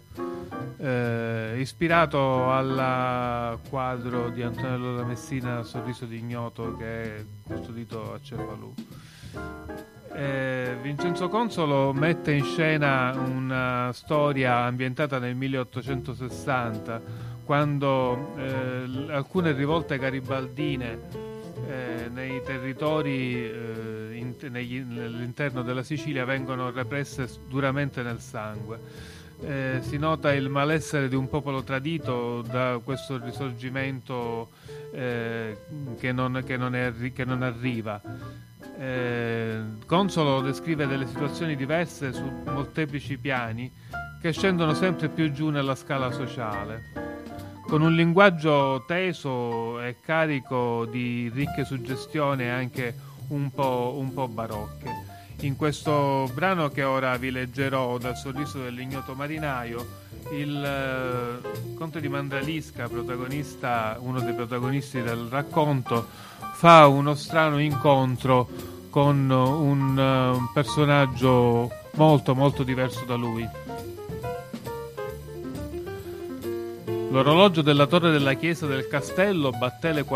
ispirato al quadro di Antonello da Messina Sorriso di ignoto, che è custodito a Cefalù. Vincenzo Consolo mette in scena una storia ambientata nel 1860, quando alcune rivolte garibaldine nei territori all'interno della Sicilia vengono represse duramente nel sangue. Si nota il malessere di un popolo tradito da questo risorgimento che non arriva. Consolo descrive delle situazioni diverse su molteplici piani che scendono sempre più giù nella scala sociale, con un linguaggio teso e carico di ricche suggestioni e anche un po' barocche. In questo brano che ora vi leggerò, dal Sorriso dell'ignoto marinaio, il conte di Mandralisca, uno dei protagonisti del racconto, fa uno strano incontro con un personaggio molto molto diverso da lui. L'orologio della torre della chiesa del castello batté le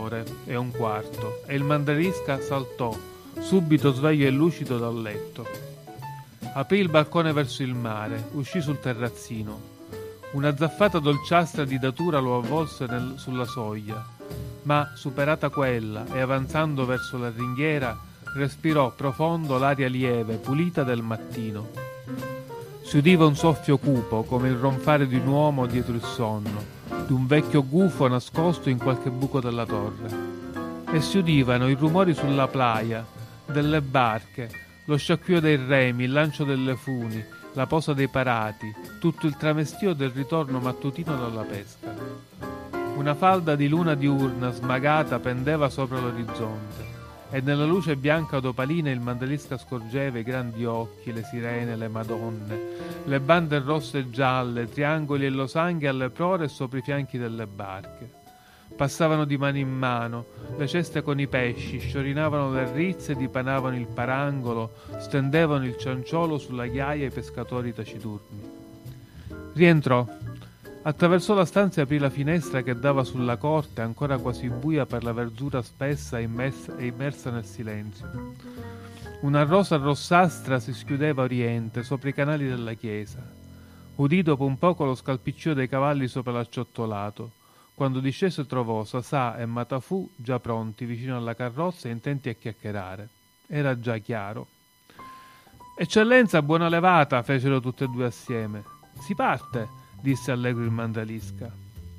4:15 e il Mandralisca saltò, subito sveglio e lucido, dal letto. Aprì il balcone verso il mare, uscì sul terrazzino. Una zaffata dolciastra di datura lo avvolse sulla soglia, ma superata quella e avanzando verso la ringhiera, respirò profondo l'aria lieve, pulita del mattino. Si udiva un soffio cupo, come il ronfare di un uomo dietro il sonno, di un vecchio gufo nascosto in qualche buco della torre. E si udivano i rumori sulla playa, delle barche, lo sciacquio dei remi, il lancio delle funi, la posa dei parati, tutto il tramestio del ritorno mattutino dalla pesca. Una falda di luna diurna smagata pendeva sopra l'orizzonte, e nella luce bianca od opalina il Mandralisca scorgeva i grandi occhi, le sirene, le madonne, le bande rosse e gialle, triangoli e losanghe alle prore e sopra i fianchi delle barche. Passavano di mano in mano, le ceste con i pesci, sciorinavano le rizze, dipanavano il parangolo, stendevano il cianciolo sulla ghiaia i pescatori taciturni. Rientrò. Attraversò la stanza e aprì la finestra che dava sulla corte, ancora quasi buia per la verdura spessa e immersa nel silenzio. Una rosa rossastra si schiudeva a oriente, sopra i canali della chiesa. Udì dopo un poco lo scalpiccio dei cavalli sopra l'acciottolato. Quando discese trovò Sasà e Matafù già pronti vicino alla carrozza e intenti a chiacchierare. Era già chiaro. «Eccellenza, buona levata!» fecero tutte e due assieme. «Si parte!» disse allegro il Mandralisca.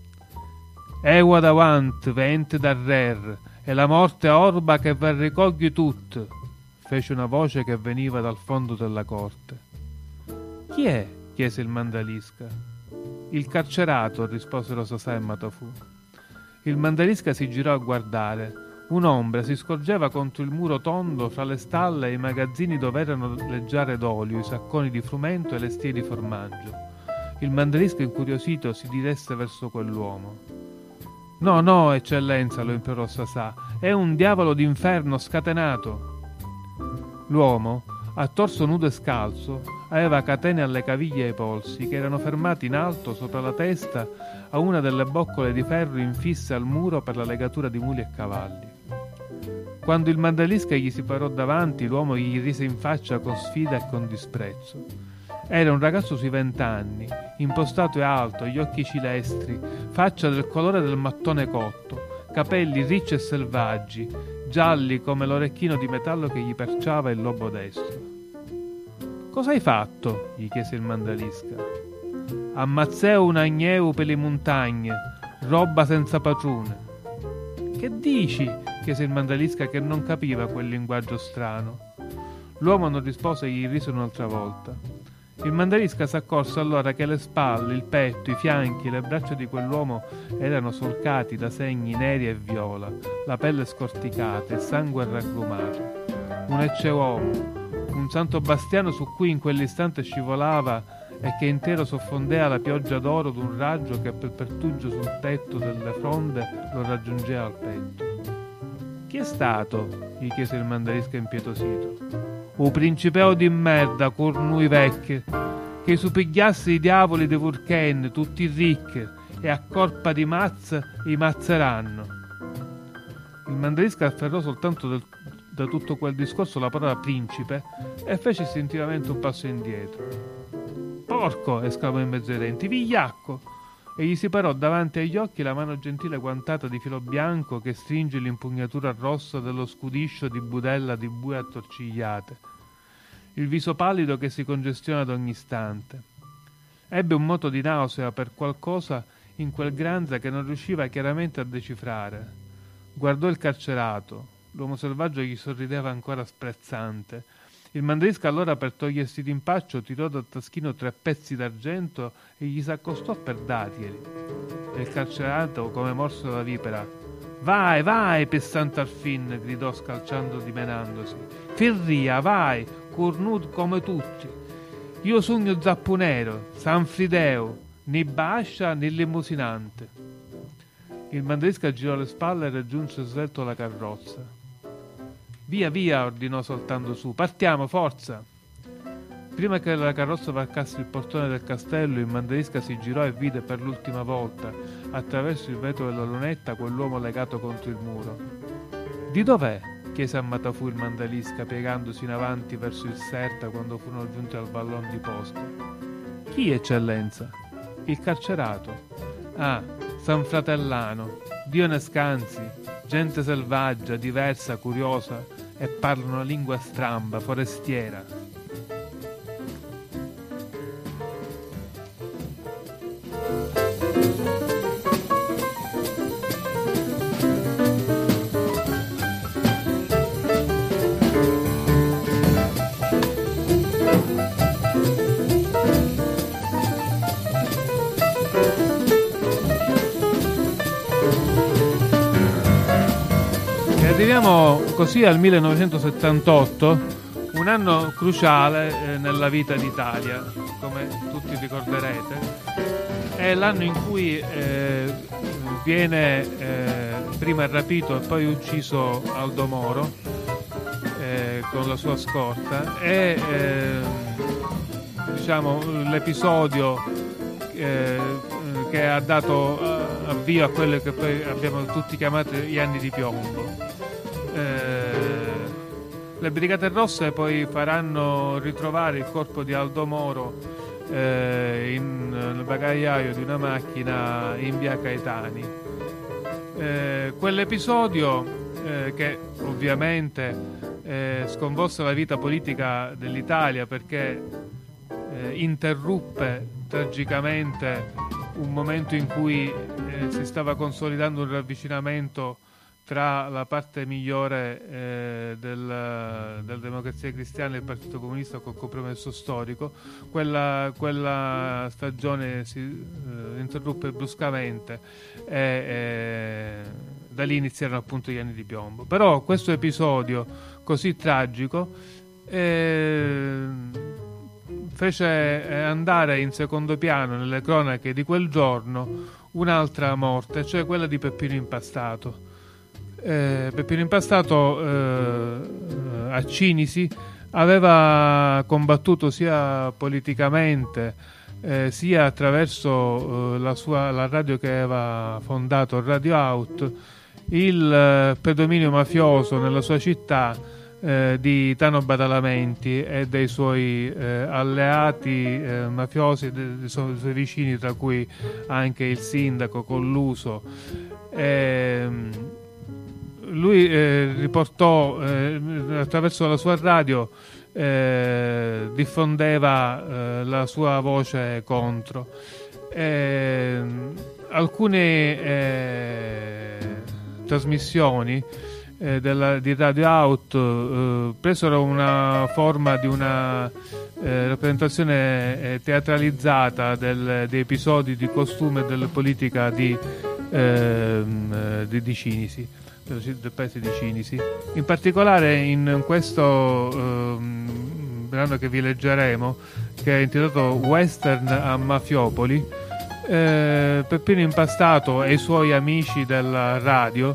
«Eua davant, vent darrer, e la morte orba che ver ricogli tut!» fece una voce che veniva dal fondo della corte. «Chi è?» chiese il Mandralisca. «Il carcerato», risposero Sasà e Matafù. Il Mandralisca si girò a guardare. Un'ombra si scorgeva contro il muro tondo fra le stalle e i magazzini dove erano le giare d'olio, i sacconi di frumento e le stie di formaggio. Il Mandralisca, incuriosito, si diresse verso quell'uomo. «No, no, eccellenza», lo implorò Sasà, «è un diavolo d'inferno scatenato». L'uomo, a torso nudo e scalzo, aveva catene alle caviglie e ai polsi, che erano fermati in alto sopra la testa a una delle boccole di ferro infisse al muro per la legatura di muli e cavalli. Quando il Mandralisca gli si parò davanti, l'uomo gli rise in faccia con sfida e con disprezzo. Era un ragazzo sui 20 anni, impostato e alto, gli occhi cilestri, faccia del colore del mattone cotto, capelli ricci e selvaggi, gialli come l'orecchino di metallo che gli perciava il lobo destro. «Cosa hai fatto?» gli chiese il Mandralisca. «Ammazzeo un agneu per le montagne, roba senza padrone». «Che dici?» chiese il Mandralisca, che non capiva quel linguaggio strano. L'uomo non rispose e gli rise un'altra volta. Il Mandralisca s'accorse allora che le spalle, il petto, i fianchi, le braccia di quell'uomo erano solcati da segni neri e viola, la pelle scorticata, il sangue raggrumato. Un ecce uomo, un santo bastiano su cui in quell'istante scivolava e che intero soffondea la pioggia d'oro d'un raggio che per pertugio sul tetto delle fronde lo raggiungeva al petto. Chi è stato? Gli chiese il Mandarisca impietosito. O principeo di merda, cornui vecchie, che su pigliassi i diavoli de Vurken, tutti ricchi, e a corpa di mazza i mazzeranno. Il Mandarisca afferrò soltanto da tutto quel discorso la parola principe e fece istintivamente un passo indietro. Porco! Esclamò in mezzo ai denti, vigliacco! E gli si parò davanti agli occhi la mano gentile guantata di filo bianco che stringe l'impugnatura rossa dello scudiscio di budella di bue attorcigliate, il viso pallido che si congestiona ad ogni istante. Ebbe un moto di nausea per qualcosa in quel granza che non riusciva chiaramente a decifrare. Guardò il carcerato. L'uomo selvaggio gli sorrideva ancora sprezzante. Il Mandarisca allora, per togliersi d'impaccio, tirò dal taschino 3 pezzi d'argento e gli s'accostò per darglieli. E il carcerato, come morso da vipera, «Vai, vai, pessante Arfin!» gridò scalciando dimenandosi. «Firria, vai, cornud come tutti! Io sogno zappunero, San Frideo, né bascia né limusinante!» Il Mandarisca girò le spalle e raggiunse svelto la carrozza. «Via, via!» ordinò saltando su. «Partiamo, forza!» Prima che la carrozza varcasse il portone del castello, il Mandarisca si girò e vide per l'ultima volta, attraverso il vetro della lunetta, quell'uomo legato contro il muro. «Di dov'è?» chiese a Matafu il Mandarisca, piegandosi in avanti verso il Serta quando furono giunti al vallon di posta. «Chi, eccellenza?» «Il carcerato». «Ah, San Fratellano, Dio ne scansi, gente selvaggia, diversa, curiosa, e parlano una lingua stramba, forestiera». Arriviamo così al 1978, un anno cruciale nella vita d'Italia, come tutti ricorderete. È l'anno in cui viene prima rapito e poi ucciso Aldo Moro con la sua scorta, e diciamo l'episodio che ha dato avvio a quello che poi abbiamo tutti chiamato gli anni di piombo. Le Brigate Rosse poi faranno ritrovare il corpo di Aldo Moro nel bagagliaio di una macchina in via Caetani. Quell'episodio che ovviamente sconvolse la vita politica dell'Italia, perché interruppe tragicamente un momento in cui si stava consolidando un ravvicinamento tra la parte migliore del Democrazia Cristiana e il Partito Comunista, col compromesso storico. Quella stagione si interruppe bruscamente e da lì iniziarono appunto gli anni di piombo. Però questo episodio così tragico fece andare in secondo piano nelle cronache di quel giorno un'altra morte, cioè quella di Peppino Impastato. Peppino Impastato a Cinisi aveva combattuto sia politicamente sia attraverso la radio che aveva fondato, Radio Out, il predominio mafioso nella sua città di Tano Badalamenti e dei suoi alleati mafiosi, dei suoi vicini, tra cui anche il sindaco colluso. Lui riportò attraverso la sua radio, diffondeva la sua voce contro. Alcune trasmissioni di Radio Out presero una forma di una rappresentazione teatralizzata di episodi di costume e della politica di Cinisi, del paese di Cinisi. In particolare in questo brano che vi leggeremo, che è intitolato Western a Mafiopoli. Peppino Impastato e i suoi amici della radio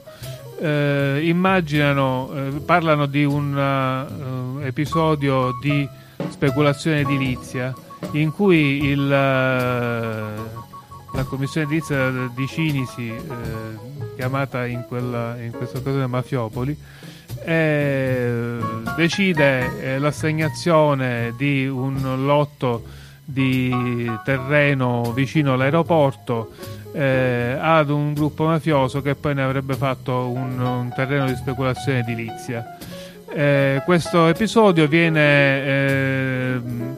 parlano di un episodio di speculazione edilizia in cui la commissione edilizia di Cinisi, chiamata in questa occasione Mafiopoli, decide l'assegnazione di un lotto di terreno vicino all'aeroporto ad un gruppo mafioso che poi ne avrebbe fatto un terreno di speculazione edilizia. Questo episodio viene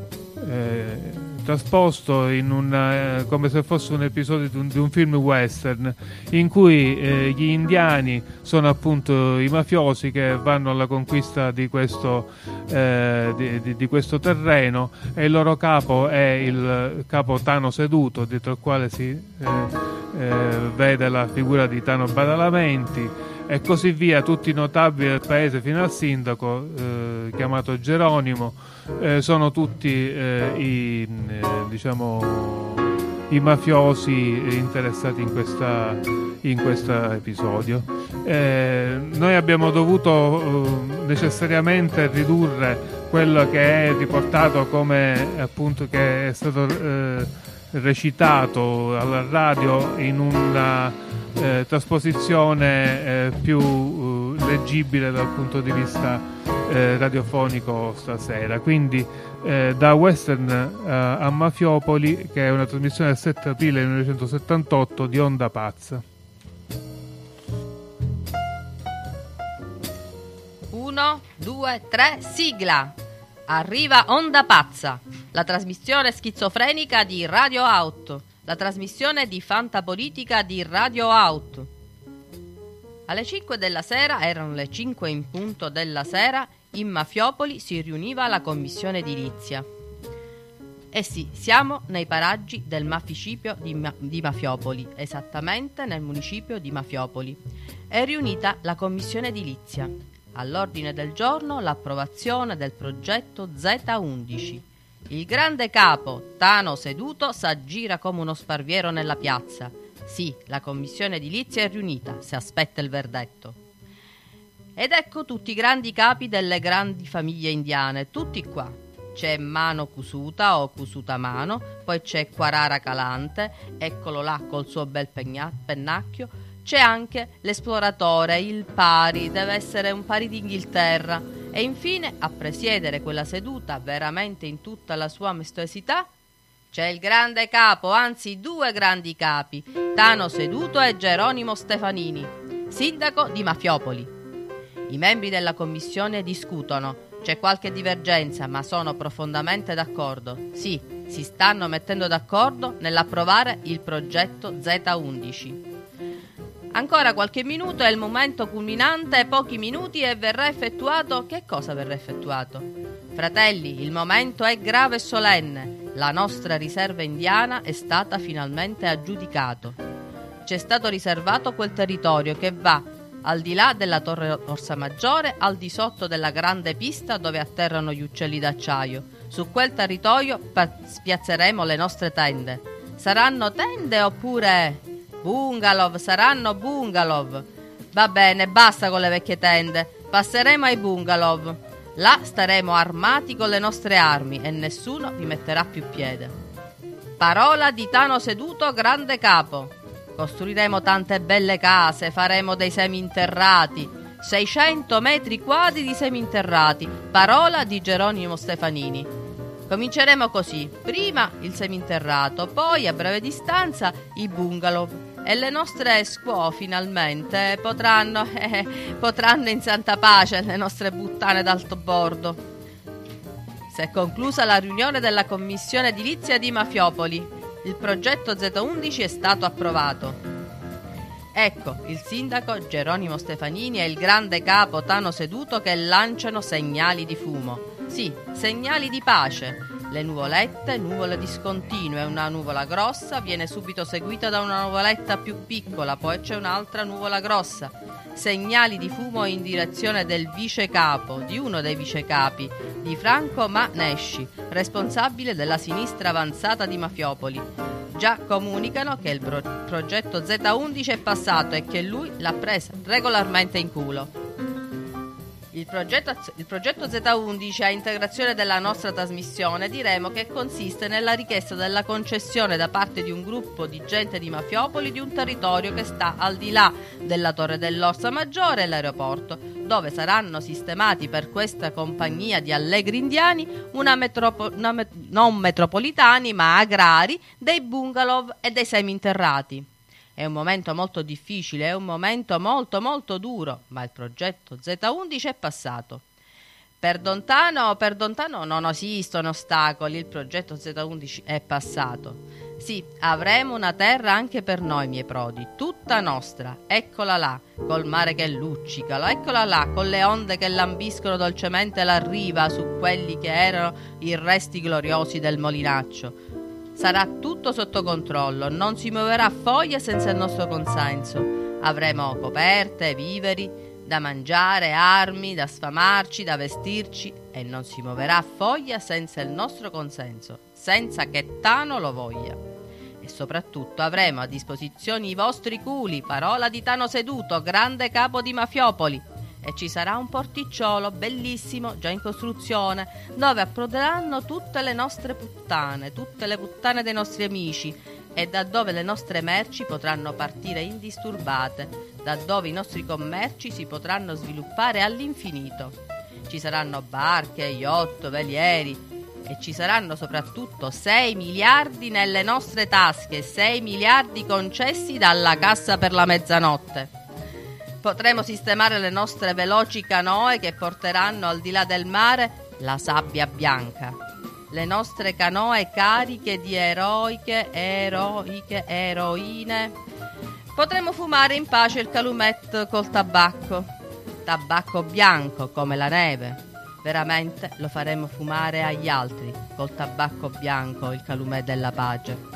trasposto come se fosse un episodio di un film western, in cui gli indiani sono appunto i mafiosi che vanno alla conquista di questo terreno, e il loro capo è il capo Tano Seduto, dietro il quale si vede la figura di Tano Badalamenti, e così via, tutti i notabili del paese fino al sindaco, chiamato Geronimo. Sono tutti i mafiosi interessati in questo episodio. Noi abbiamo dovuto necessariamente ridurre quello che è riportato come appunto che è stato recitato alla radio in una trasposizione più leggibile dal punto di vista radiofonico stasera. Quindi da Western a Mafiopoli, che è una trasmissione del 7 aprile 1978 di Onda Pazza. 1, 2, 3, sigla! Arriva Onda Pazza, la trasmissione schizofrenica di Radio Out, la trasmissione di fantapolitica di Radio Out. Alle 5 della sera, erano le 5 in punto della sera, in Mafiopoli si riuniva la commissione edilizia. Eh sì, siamo nei paraggi del maficipio di Mafiopoli, esattamente nel municipio di Mafiopoli. È riunita la commissione edilizia. All'ordine del giorno l'approvazione del progetto Z11. Il grande capo, Tano Seduto, s'aggira come uno sparviero nella piazza. Sì, la commissione edilizia è riunita, si aspetta il verdetto. Ed ecco tutti i grandi capi delle grandi famiglie indiane, tutti qua. C'è Mano Cusuta o Cusuta Mano, poi c'è Quarara Calante, eccolo là col suo bel pennacchio. C'è anche l'esploratore, il pari, deve essere un pari d'Inghilterra. E infine, a presiedere quella seduta veramente in tutta la sua maestosità, c'è il grande capo, anzi due grandi capi, Tano Seduto e Geronimo Stefanini, sindaco di Mafiopoli. I membri della commissione discutono, c'è qualche divergenza, ma sono profondamente d'accordo. Sì, si stanno mettendo d'accordo nell'approvare il progetto Z11. Ancora qualche minuto è il momento culminante, pochi minuti e verrà effettuato. Che cosa verrà effettuato? Fratelli, il momento è grave e solenne. La nostra riserva indiana è stata finalmente aggiudicato. Ci è stato riservato quel territorio che va al di là della torre Orsa Maggiore, al di sotto della grande pista dove atterrano gli uccelli d'acciaio. Su quel territorio spiazzeremo le nostre tende. Saranno tende oppure bungalow? Saranno bungalow. Va bene, basta con le vecchie tende. Passeremo ai bungalow. Là staremo armati con le nostre armi e nessuno vi metterà più piede. Parola di Tano Seduto, grande capo. Costruiremo tante belle case, faremo dei seminterrati, 600 metri quadri di seminterrati. Parola di Geronimo Stefanini. Cominceremo così: prima il seminterrato, poi a breve distanza i bungalow. E le nostre squaw finalmente potranno in santa pace, le nostre puttane d'alto bordo. Si è conclusa la riunione della commissione edilizia di Mafiopoli. Il progetto Z11 è stato approvato. Ecco il sindaco Geronimo Stefanini e il grande capo Tano Seduto che lanciano segnali di fumo. Sì, segnali di pace. Le nuvolette, nuvole discontinue, una nuvola grossa viene subito seguita da una nuvoletta più piccola, poi c'è un'altra nuvola grossa. Segnali di fumo in direzione del vicecapo, di uno dei vicecapi, di Franco Nesci, responsabile della sinistra avanzata di Mafiopoli. Già comunicano che il progetto Z11 è passato e che lui l'ha presa regolarmente in culo. Il progetto Z11, a integrazione della nostra trasmissione, diremo che consiste nella richiesta della concessione da parte di un gruppo di gente di Mafiopoli di un territorio che sta al di là della Torre dell'Orsa Maggiore e l'aeroporto, dove saranno sistemati per questa compagnia di allegri indiani non metropolitani ma agrari, dei bungalow e dei seminterrati. È un momento molto difficile, è un momento molto molto duro, ma il progetto Z11 è passato. Per Dontano non esistono ostacoli, il progetto Z11 è passato. Sì, avremo una terra anche per noi, miei prodi, tutta nostra, eccola là, col mare che luccica, eccola là, con le onde che lambiscono dolcemente la riva su quelli che erano i resti gloriosi del Molinaccio. Sarà tutto sotto controllo, non si muoverà foglia senza il nostro consenso. Avremo coperte, viveri, da mangiare, armi, da sfamarci, da vestirci, e non si muoverà foglia senza il nostro consenso, senza che Tano lo voglia. E soprattutto avremo a disposizione i vostri culi, parola di Tano Seduto, grande capo di Mafiopoli. E ci sarà un porticciolo bellissimo, già in costruzione, dove approderanno tutte le nostre puttane, tutte le puttane dei nostri amici, e da dove le nostre merci potranno partire indisturbate, da dove i nostri commerci si potranno sviluppare all'infinito. Ci saranno barche, yacht, velieri, e ci saranno soprattutto 6 miliardi nelle nostre tasche, 6 miliardi concessi dalla Cassa per la Mezzanotte. Potremo sistemare le nostre veloci canoe che porteranno al di là del mare la sabbia bianca. Le nostre canoe cariche di eroiche eroine. Potremo fumare in pace il calumet col tabacco bianco come la neve. Veramente lo faremo fumare agli altri col tabacco bianco, il calumet della pace.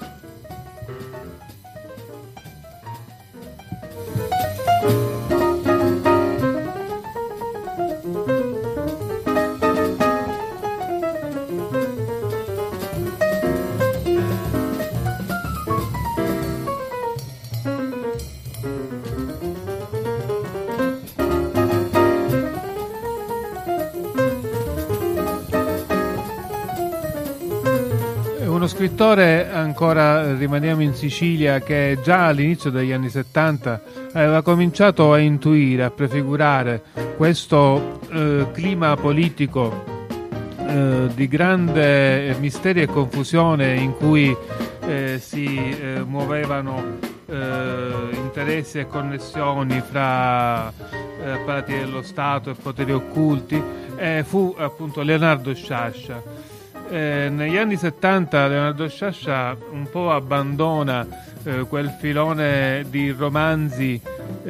Uno scrittore, ancora rimaniamo in Sicilia, che già all'inizio degli anni 70 aveva cominciato a intuire, a prefigurare questo clima politico di grande mistero e confusione in cui si muovevano interessi e connessioni fra apparati dello Stato e poteri occulti, fu appunto Leonardo Sciascia. Negli anni 70 Leonardo Sciascia un po' abbandona quel filone di romanzi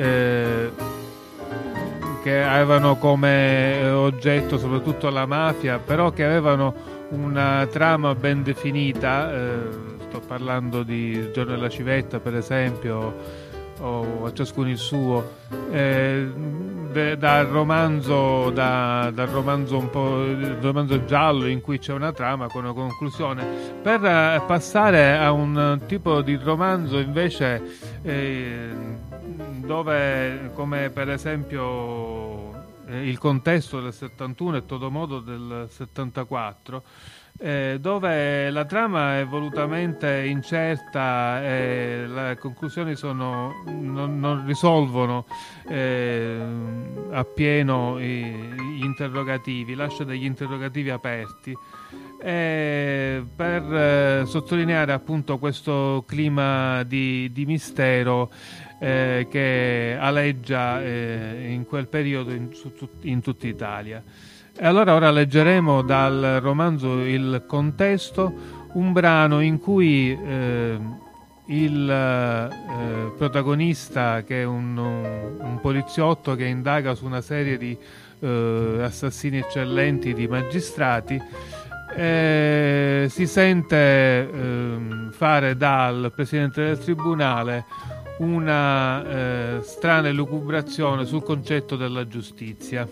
che avevano come oggetto soprattutto la mafia, però che avevano una trama ben definita. Sto parlando di Il giorno della civetta, per esempio, o A ciascuno il suo, dal romanzo giallo in cui c'è una trama con una conclusione, per passare a un tipo di romanzo invece dove, come per esempio Il contesto del 71 e Todo modo del 74, dove la trama è volutamente incerta e le conclusioni non risolvono appieno gli interrogativi, lascia degli interrogativi aperti, per sottolineare appunto questo clima di mistero che aleggia in quel periodo in tutta Italia. E allora ora leggeremo dal romanzo Il contesto un brano in cui il protagonista, che è un poliziotto che indaga su una serie di assassini eccellenti di magistrati, Si sente fare dal Presidente del Tribunale una strana elucubrazione sul concetto della giustizia.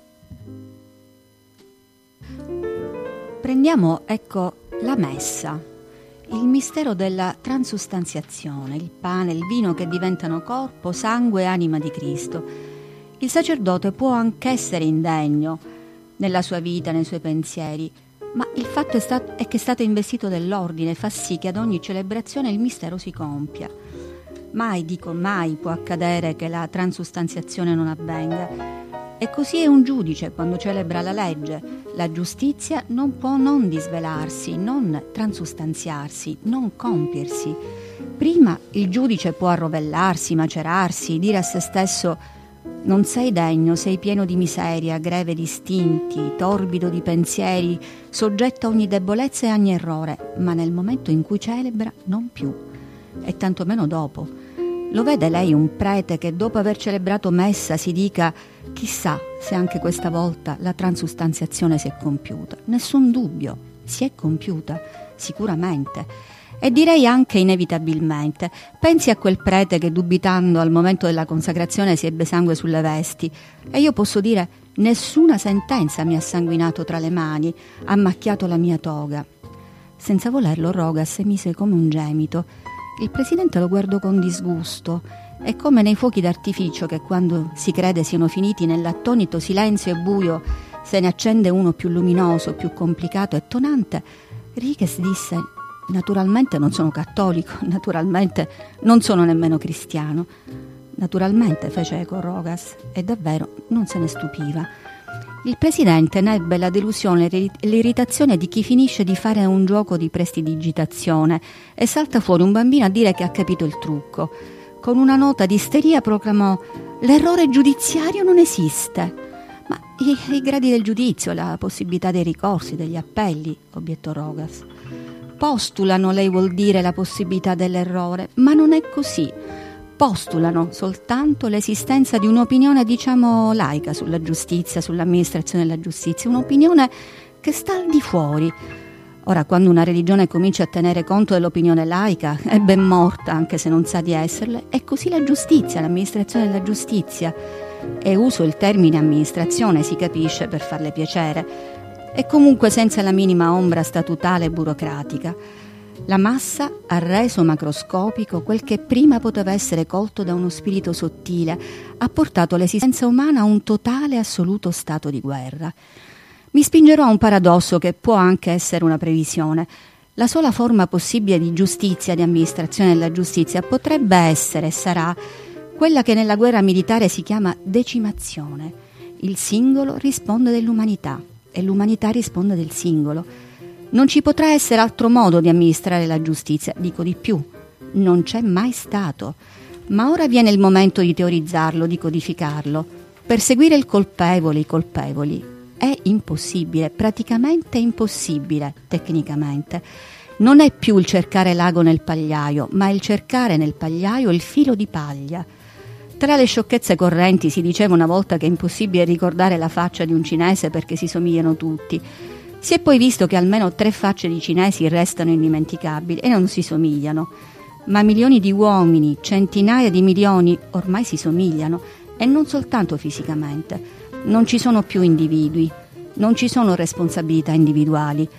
Prendiamo, la messa, il mistero della transustanziazione, il pane e il vino che diventano corpo, sangue e anima di Cristo. Il sacerdote può anche essere indegno nella sua vita, nei suoi pensieri, ma il fatto è che è stato investito dell'ordine, fa sì che ad ogni celebrazione il mistero si compia. Mai, dico mai, può accadere che la transustanziazione non avvenga. E così è un giudice quando celebra la legge. La giustizia non può non disvelarsi, non transustanziarsi, non compiersi. Prima il giudice può arrovellarsi, macerarsi, dire a se stesso: non sei degno, sei pieno di miseria, greve di istinti, torbido di pensieri, soggetto a ogni debolezza e a ogni errore, ma nel momento in cui celebra non più, e tantomeno dopo. Lo vede lei un prete che dopo aver celebrato messa si dica: chissà se anche questa volta la transustanziazione si è compiuta? Nessun dubbio, si è compiuta, sicuramente. E direi anche inevitabilmente. Pensi a quel prete che, dubitando al momento della consacrazione, si ebbe sangue sulle vesti. E io posso dire: nessuna sentenza mi ha sanguinato tra le mani, ha macchiato la mia toga. Senza volerlo, Rogas emise come un gemito. Il presidente lo guardò con disgusto. È come nei fuochi d'artificio che, quando si crede siano finiti nell'attonito silenzio e buio, se ne accende uno più luminoso, più complicato e tonante. Riches disse: naturalmente non sono cattolico, naturalmente non sono nemmeno cristiano. Naturalmente, fece eco Rogas, e davvero non se ne stupiva. Il presidente ne ebbe la delusione e l'irritazione di chi finisce di fare un gioco di prestidigitazione e salta fuori un bambino a dire che ha capito il trucco. Con una nota di isteria proclamò: l'errore giudiziario non esiste. Ma i gradi del giudizio, la possibilità dei ricorsi, degli appelli, obiettò Rogas. Postulano, lei vuol dire, la possibilità dell'errore, ma non è così. Postulano soltanto l'esistenza di un'opinione, diciamo, laica sulla giustizia, sull'amministrazione della giustizia, un'opinione che sta al di fuori. Ora, quando una religione comincia a tenere conto dell'opinione laica, è ben morta, anche se non sa di esserle. È così la giustizia, l'amministrazione della giustizia. E uso il termine amministrazione, si capisce, per farle piacere. E comunque senza la minima ombra statutale e burocratica. La massa ha reso macroscopico quel che prima poteva essere colto da uno spirito sottile, ha portato l'esistenza umana a un totale e assoluto stato di guerra. Mi spingerò a un paradosso che può anche essere una previsione. La sola forma possibile di giustizia, di amministrazione della giustizia, potrebbe essere e sarà quella che nella guerra militare si chiama decimazione. Il singolo risponde dell'umanità e l'umanità risponde del singolo. Non ci potrà essere altro modo di amministrare la giustizia, dico di più, non c'è mai stato. Ma ora viene il momento di teorizzarlo, di codificarlo. Perseguire il colpevole, i colpevoli, è impossibile, praticamente impossibile, tecnicamente. Non è più il cercare l'ago nel pagliaio, ma il cercare nel pagliaio il filo di paglia. Tra le sciocchezze correnti si diceva una volta che è impossibile ricordare la faccia di un cinese perché si somigliano tutti. Si è poi visto che almeno 3 facce di cinesi restano indimenticabili e non si somigliano. Ma milioni di uomini, centinaia di milioni, ormai si somigliano, e non soltanto fisicamente. Non ci sono più individui, non ci sono responsabilità individuali.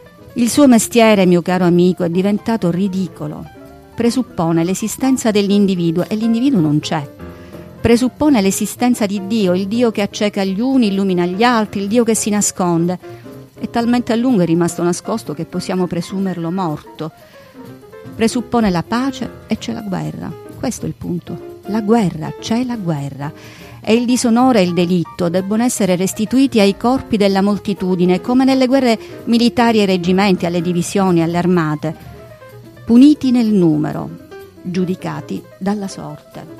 Il suo mestiere, mio caro amico, è diventato ridicolo. Presuppone l'esistenza dell'individuo e l'individuo non c'è. Presuppone l'esistenza di Dio, il Dio che acceca gli uni, illumina gli altri, il Dio che si nasconde. È talmente a lungo è rimasto nascosto che possiamo presumerlo morto. Presuppone la pace e c'è la guerra. Questo è il punto. La guerra, c'è la guerra. E il disonore e il delitto debbono essere restituiti ai corpi della moltitudine, come nelle guerre militari ai reggimenti, alle divisioni, alle armate. Puniti nel numero, giudicati dalla sorte.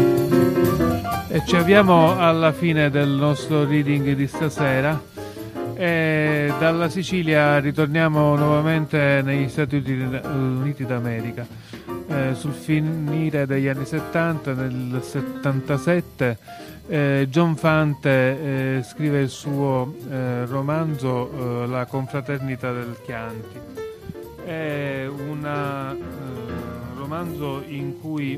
E ci avviamo alla fine del nostro reading di stasera. E dalla Sicilia ritorniamo nuovamente negli Stati Uniti d'America. Sul finire degli anni 70, nel 77, John Fante scrive il suo romanzo La confraternita del Chianti. È un romanzo in cui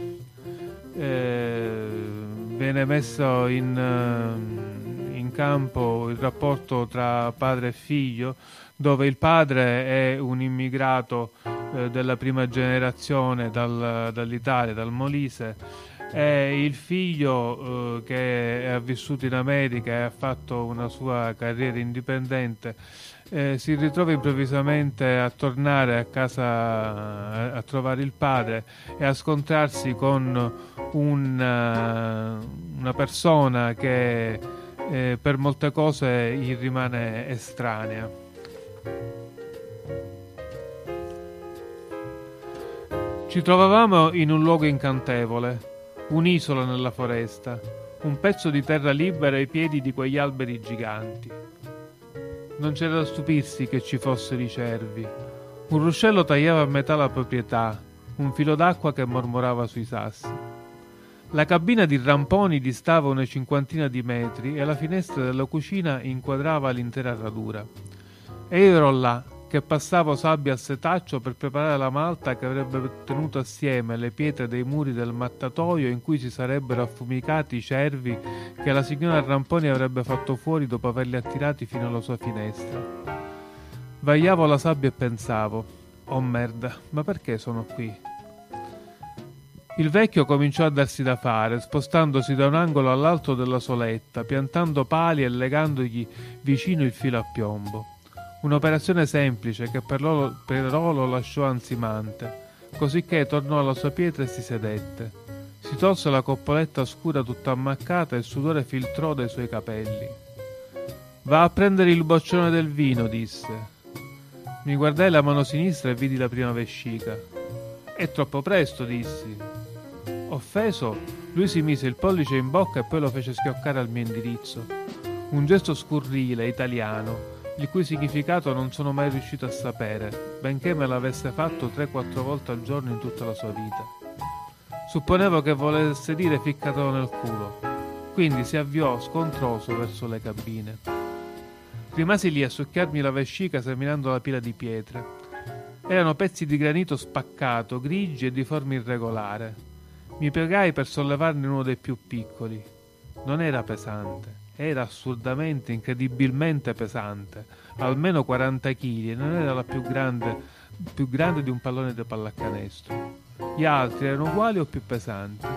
viene messo in campo il rapporto tra padre e figlio, dove il padre è un immigrato della prima generazione dall'Italia, dal Molise, e il figlio che ha vissuto in America e ha fatto una sua carriera indipendente si ritrova improvvisamente a tornare a casa a trovare il padre e a scontrarsi con una persona che per molte cose gli rimane estranea. Ci trovavamo in un luogo incantevole, un'isola nella foresta, un pezzo di terra libera ai piedi di quegli alberi giganti. Non c'era da stupirsi che ci fossero i cervi. Un ruscello tagliava a metà la proprietà, un filo d'acqua che mormorava sui sassi. La cabina di ramponi distava una cinquantina di metri e la finestra della cucina inquadrava l'intera radura. E io ero là, che passavo sabbia a setaccio per preparare la malta che avrebbe tenuto assieme le pietre dei muri del mattatoio in cui si sarebbero affumicati i cervi che la signora Ramponi avrebbe fatto fuori dopo averli attirati fino alla sua finestra. Vagliavo la sabbia e pensavo: oh merda, ma perché sono qui? Il vecchio cominciò a darsi da fare, spostandosi da un angolo all'altro della soletta, piantando pali e legandogli vicino il filo a piombo. Un'operazione semplice che però lo lasciò ansimante, cosicché tornò alla sua pietra e si sedette. Si tolse la coppoletta scura tutta ammaccata e il sudore filtrò dai suoi capelli. «Va a prendere il boccione del vino», disse. Mi guardai la mano sinistra e vidi la prima vescica. «È troppo presto», dissi. Offeso, lui si mise il pollice in bocca e poi lo fece schioccare al mio indirizzo. Un gesto scurrile, italiano, il cui significato non sono mai riuscito a sapere, benché me l'avesse fatto 3-4 volte al giorno in tutta la sua vita. Supponevo che volesse dire ficcatelo nel culo, quindi si avviò scontroso verso le cabine. Rimasi lì a succhiarmi la vescica esaminando la pila di pietre. Erano pezzi di granito spaccato, grigi e di forma irregolare. Mi piegai per sollevarne uno dei più piccoli. Non era pesante. Era assurdamente, incredibilmente pesante, almeno 40 kg, e non era la più grande di un pallone di pallacanestro. Gli altri erano uguali o più pesanti.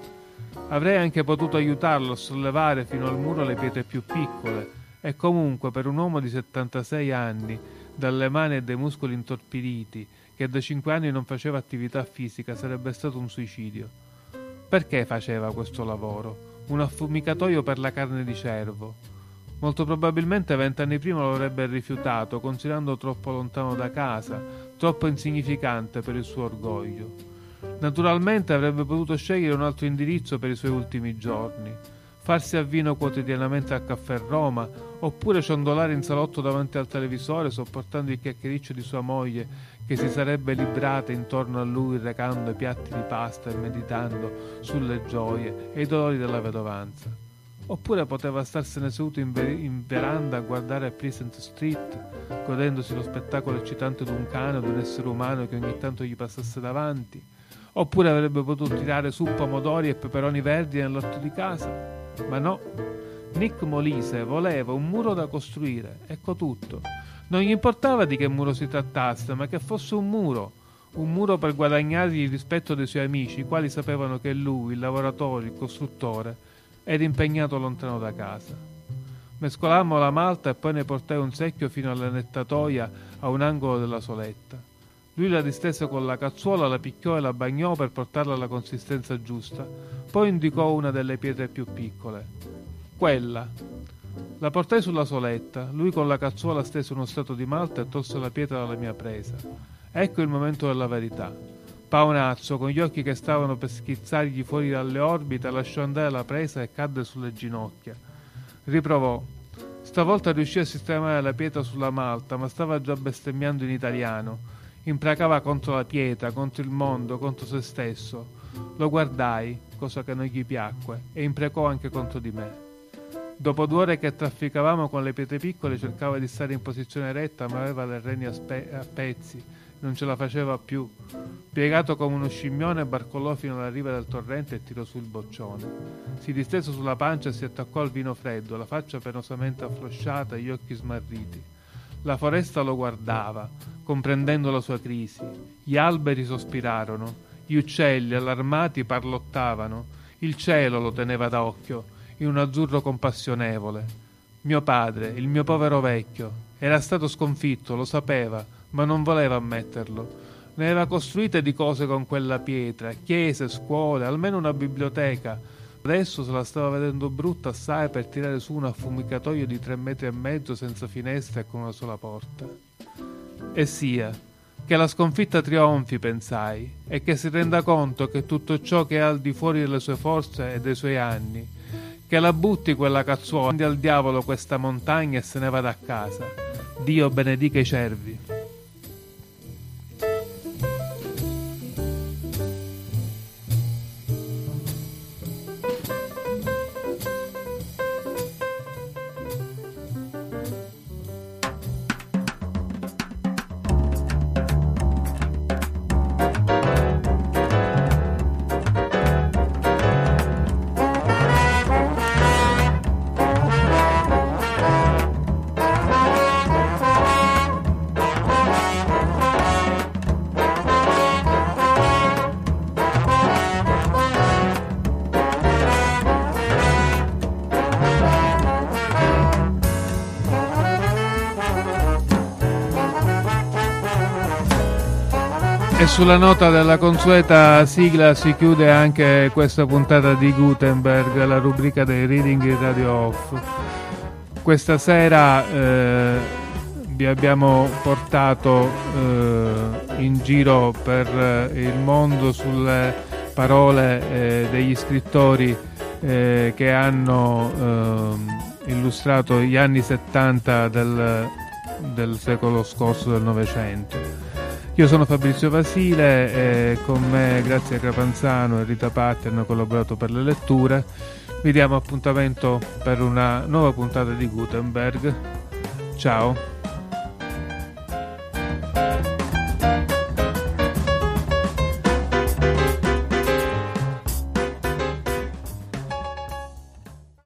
Avrei anche potuto aiutarlo a sollevare fino al muro le pietre più piccole, e comunque per un uomo di 76 anni, dalle mani e dai muscoli intorpiditi, che da 5 anni non faceva attività fisica, sarebbe stato un suicidio. Perché faceva questo lavoro? Un affumicatoio per la carne di cervo. Molto probabilmente 20 anni prima lo avrebbe rifiutato, considerando troppo lontano da casa, troppo insignificante per il suo orgoglio. Naturalmente avrebbe potuto scegliere un altro indirizzo per i suoi ultimi giorni, farsi a vino quotidianamente al caffè Roma, oppure ciondolare in salotto davanti al televisore sopportando il chiacchiericcio di sua moglie che si sarebbe librata intorno a lui recando piatti di pasta e meditando sulle gioie e i dolori della vedovanza. Oppure poteva starsene seduto in veranda a guardare Pleasant Street, godendosi lo spettacolo eccitante di un cane o di un essere umano che ogni tanto gli passasse davanti. Oppure avrebbe potuto tirare su pomodori e peperoni verdi nell'orto di casa. Ma no, Nick Molise voleva un muro da costruire, ecco tutto. Non gli importava di che muro si trattasse, ma che fosse un muro per guadagnargli il rispetto dei suoi amici, i quali sapevano che lui, il lavoratore, il costruttore, era impegnato lontano da casa. Mescolammo la malta e poi ne portai un secchio fino alla nettatoia a un angolo della soletta. Lui la distese con la cazzuola, la picchiò e la bagnò per portarla alla consistenza giusta, poi indicò una delle pietre più piccole. Quella. La portai sulla soletta, lui con la cazzuola stese uno strato di malta e tolse la pietra dalla mia presa. Ecco il momento della verità. Paonazzo, con gli occhi che stavano per schizzargli fuori dalle orbite, lasciò andare la presa e cadde sulle ginocchia. Riprovò. Stavolta riuscì a sistemare la pietra sulla malta, ma stava già bestemmiando in italiano. Implacava contro la pietra, contro il mondo, contro se stesso. Lo guardai, cosa che non gli piacque, e imprecò anche contro di me. Dopo 2 ore che trafficavamo con le pietre piccole, cercava di stare in posizione retta, ma aveva le reni a pezzi, non ce la faceva più. Piegato come uno scimmione, barcollò fino alla riva del torrente e tirò su il boccione. Si distese sulla pancia e si attaccò al vino freddo, la faccia penosamente afflosciata e gli occhi smarriti. La foresta lo guardava, comprendendo la sua crisi. Gli alberi sospirarono, gli uccelli, allarmati, parlottavano. Il cielo lo teneva d'occhio, in un azzurro compassionevole. Mio padre, il mio povero vecchio, era stato sconfitto, lo sapeva, ma non voleva ammetterlo. Ne aveva costruite di cose con quella pietra, chiese, scuole, almeno una biblioteca. Adesso se la stava vedendo brutta assai per tirare su un affumicatoio di 3,5 metri senza finestre e con una sola porta. E sia, che la sconfitta trionfi, pensai, e che si renda conto che tutto ciò che ha al di fuori delle sue forze e dei suoi anni, che la butti quella cazzuola, mandi al diavolo questa montagna e se ne vada a casa. Dio benedica i cervi. E sulla nota della consueta sigla si chiude anche questa puntata di Gutenberg, la rubrica dei reading in Radio Off. Questa sera vi abbiamo portato in giro per il mondo sulle parole degli scrittori che hanno illustrato gli anni 70 del secolo scorso, del Novecento. Io sono Fabrizio Vasile e con me Grazia Capanzano e Rita Patti hanno collaborato per le letture. Vi diamo appuntamento per una nuova puntata di Gutenberg. Ciao!